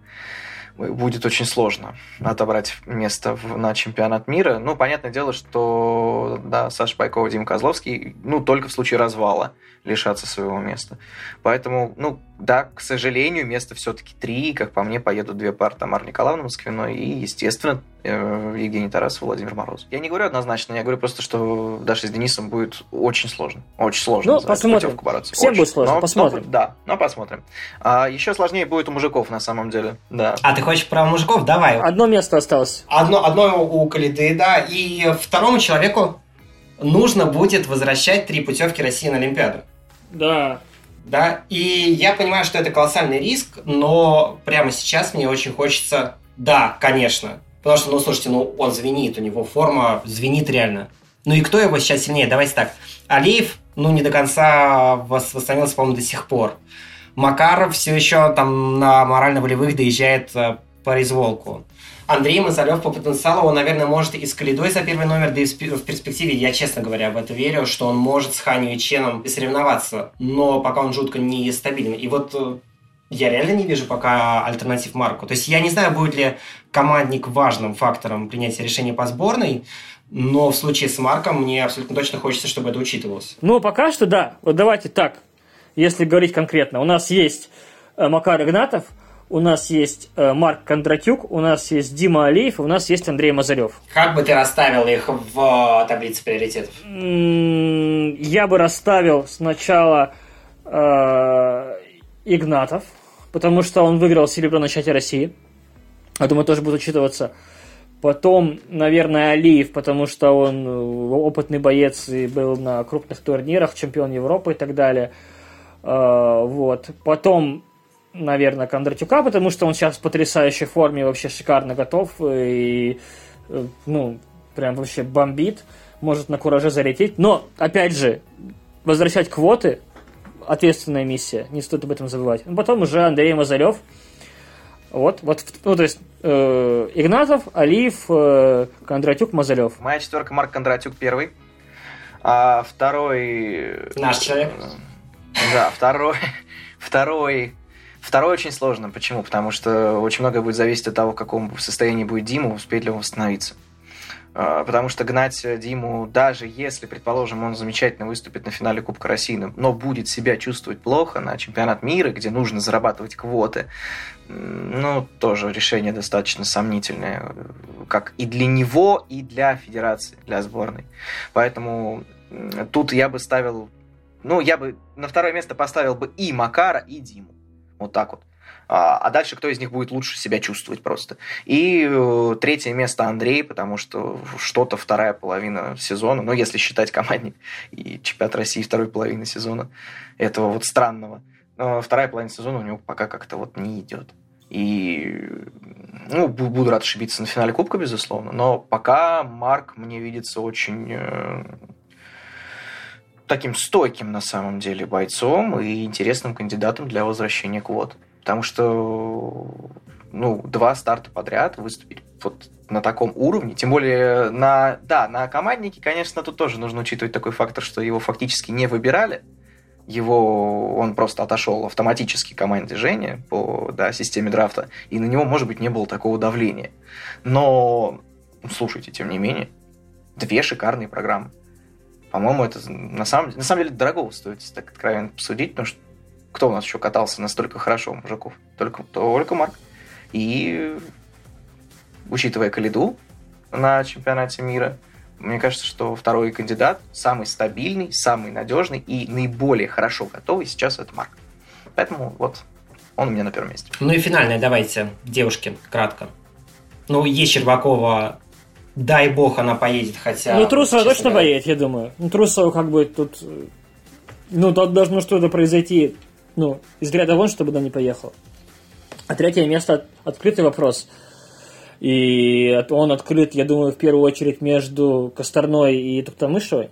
будет очень сложно отобрать место в, на чемпионат мира. Ну, понятное дело, что да, Саша Пайкова, Дима Козловский, ну, только в случае развала лишатся своего места. Поэтому, ну, да, к сожалению, место все-таки три. Как по мне, поедут две пары: Тамара Николаевна Москвиной и, естественно, Евгений Тарасов и Владимир Мороз. Я не говорю однозначно, я говорю просто, что Даша с Денисом будет очень сложно. Очень сложно. Ну, посмотрим. Всем будет сложно, но, посмотрим. Но, да, но посмотрим. А еще сложнее будет у мужиков, на самом деле. Да. А ты хочешь про мужиков? Давай. Одно место осталось. Одно, одно у Калиды, да. И второму человеку нужно будет возвращать три путевки России на Олимпиаду. Да. Да, и я понимаю, что это колоссальный риск, но прямо сейчас мне очень хочется... Да, конечно. Потому что, ну, слушайте, ну, он звенит, у него форма звенит реально. Ну и кто его сейчас сильнее? Давайте так. Алиев, ну, не до конца восстановился, по-моему, до сих пор. Макаров все еще там на морально-волевых доезжает по резволку. Андрей Мазалев по потенциалу, он, наверное, может и с Калидой за первый номер, да и в перспективе, я, честно говоря, в это верю, что он может с Ханью и Ченом соревноваться, но пока он жутко нестабилен. И вот я реально не вижу пока альтернатив Марку. То есть я не знаю, будет ли командник важным фактором принятия решения по сборной, но в случае с Марком мне абсолютно точно хочется, чтобы это учитывалось. Ну, пока что да. Вот давайте так, если говорить конкретно. У нас есть Макар Игнатов, у нас есть э, Марк Кондратюк, у нас есть Дима Алиев, у нас есть Андрей Мазарев. Как бы ты расставил их в таблице приоритетов? М-м- я бы расставил сначала э, Игнатов, потому что он выиграл серебро на чемпионате России. Я думаю, тоже будет учитываться. Потом, наверное, Алиев, потому что он опытный боец и был на крупных турнирах, чемпион Европы и так далее. Э, вот. Потом... наверное, Кондратюка, потому что он сейчас в потрясающей форме, вообще шикарно готов и, ну, прям вообще бомбит, может на кураже залететь. Но, опять же, возвращать квоты – ответственная миссия, не стоит об этом забывать. Потом уже Андрей Мазарев. Вот, вот, ну, то есть, э, Игнатов, Алиев, э, Кондратюк, Мазарев. Моя четверка — Марк Кондратюк первый, а второй... Наш человек. Да, второй... Второй... Второй очень сложно. Почему? Потому что очень многое будет зависеть от того, в каком состоянии будет Дима, успеет ли он восстановиться. Потому что гнать Диму, даже если, предположим, он замечательно выступит на финале Кубка России, но будет себя чувствовать плохо на чемпионат мира, где нужно зарабатывать квоты, ну, тоже решение достаточно сомнительное, как и для него, и для федерации, для сборной. Поэтому тут я бы ставил, ну, я бы на второе место поставил бы и Макара, и Диму. Вот так вот. А дальше кто из них будет лучше себя чувствовать просто. И третье место Андрей, потому что что-то вторая половина сезона, ну, если считать командник и чемпионат России второй половины сезона, этого вот странного, вторая половина сезона у него пока как-то вот не идет. И, ну, буду рад ошибиться на финале Кубка, безусловно, но пока Марк мне видится очень... таким стойким, на самом деле, бойцом и интересным кандидатом для возвращения квот. Потому что, ну, два старта подряд выступить вот на таком уровне, тем более на, да, на команднике, конечно, тут тоже нужно учитывать такой фактор, что его фактически не выбирали. Его, он просто отошел автоматически команде Жени по, да, системе драфта, и на него, может быть, не было такого давления. Но, слушайте, тем не менее, две шикарные программы. По-моему, это на самом, на самом деле дорого стоит, так откровенно посудить, потому что кто у нас еще катался настолько хорошо, мужиков? Только, только Марк. И, учитывая Калиду на чемпионате мира, мне кажется, что второй кандидат, самый стабильный, самый надежный и наиболее хорошо готовый сейчас это Марк. Поэтому вот он у меня на первом месте. Ну и финальное, давайте, девушки, кратко. Ну, есть Щербакова, дай бог она поедет, хотя... Ну, Трусова точно говоря... поедет, я думаю. Ну, Трусова как бы тут... Ну, тут должно что-то произойти, ну, из ряда вон, чтобы она не поехала. А третье место – открытый вопрос. И он открыт, я думаю, в первую очередь между Косторной и Туктамышевой.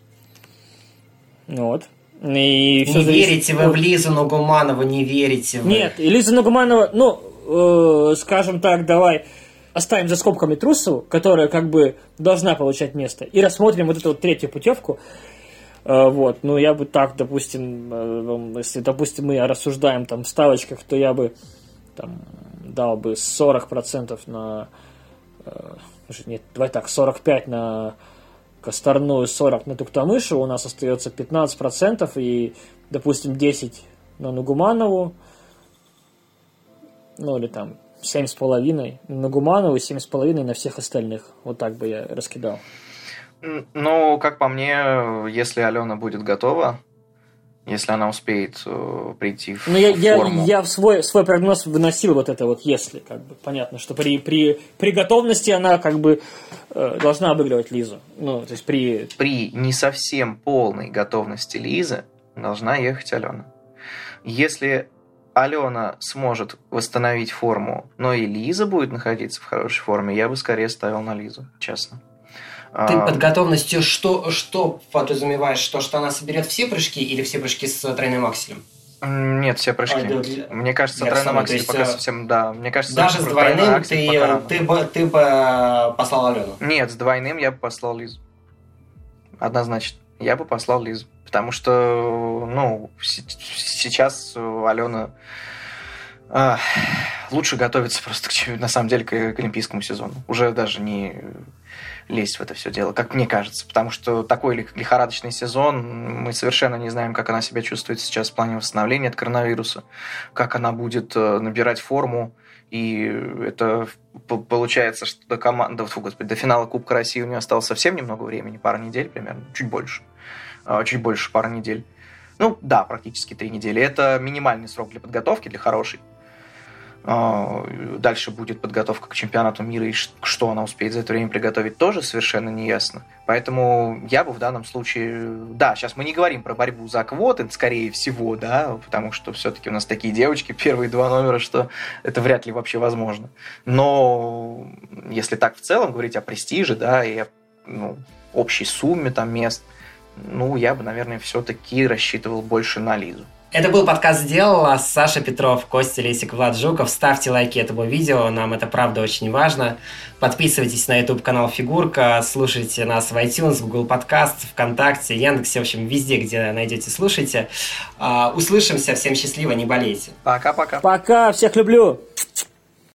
Вот. И не зависит... верите вы в Лизу Нугуманову, не верите вы. Нет, и Лиза Нугуманова, ну, э, скажем так, давай оставим за скобками Трусову, которая как бы должна получать место, и рассмотрим вот эту вот третью путевку. Э, вот, ну, я бы так, допустим, э, если, допустим, мы рассуждаем там в ставочках, то я бы там дал бы сорок процентов на... Э, нет, давай так, сорок пять процентов на Косторную, сорок на Туктамышеву, у нас остается пятнадцать процентов, и, допустим, десять на Нугуманову, ну, или там семь с половиной на Нугуманову и семь с половиной на всех остальных. Вот так бы я раскидал. Ну, как по мне, если Алена будет готова, если она успеет э, прийти в, ну, я, в форму. Я, я в свой, свой прогноз выносил вот это вот «если». Как бы, понятно, что при, при, при готовности она как бы э, должна обыгрывать Лизу. Ну, то есть при... При не совсем полной готовности Лизы должна ехать Алена. Если Алена сможет восстановить форму, но и Лиза будет находиться в хорошей форме, я бы скорее ставил на Лизу, честно. Ты под готовностью что, что подразумеваешь? То, что она соберет все прыжки или все прыжки с тройным акселем? Нет, все прыжки. А, для... Мне кажется, тройным акселем пока совсем... Да, мне кажется, даже с двойным ты, ты, бы, ты бы послал Алену? Нет, с двойным я бы послал Лизу. Однозначно. Я бы послал Лизу. Потому что, ну, сейчас Алена а, лучше готовится просто, на самом деле, к, к олимпийскому сезону. Уже даже не лезть в это все дело, как мне кажется. Потому что такой лихорадочный сезон, мы совершенно не знаем, как она себя чувствует сейчас в плане восстановления от коронавируса, как она будет набирать форму. И это получается, что до, команды, фу, господи, до финала Кубка России у нее осталось совсем немного времени, пара недель примерно, чуть больше. Чуть больше пары недель. Ну, да, практически три недели. Это минимальный срок для подготовки, для хорошей. Дальше будет подготовка к чемпионату мира, и что она успеет за это время приготовить, тоже совершенно не ясно. Поэтому я бы в данном случае... Да, сейчас мы не говорим про борьбу за квоты, скорее всего, да, потому что все-таки у нас такие девочки, первые два номера, что это вряд ли вообще возможно. Но если так в целом говорить о престиже, да, и о ну, общей сумме там мест, ну, я бы, наверное, все-таки рассчитывал больше на Лизу. Это был подкаст «Сделала». Саша Петров, Костя Лесик, Влад Жуков. Ставьте лайки этому видео, нам это правда очень важно. Подписывайтесь на YouTube-канал «Фигурка», слушайте нас в iTunes, Google Podcast, ВКонтакте, Яндексе, в общем, везде, где найдете, слушайте. Услышимся, всем счастливо, не болейте. Пока-пока. Пока, всех люблю.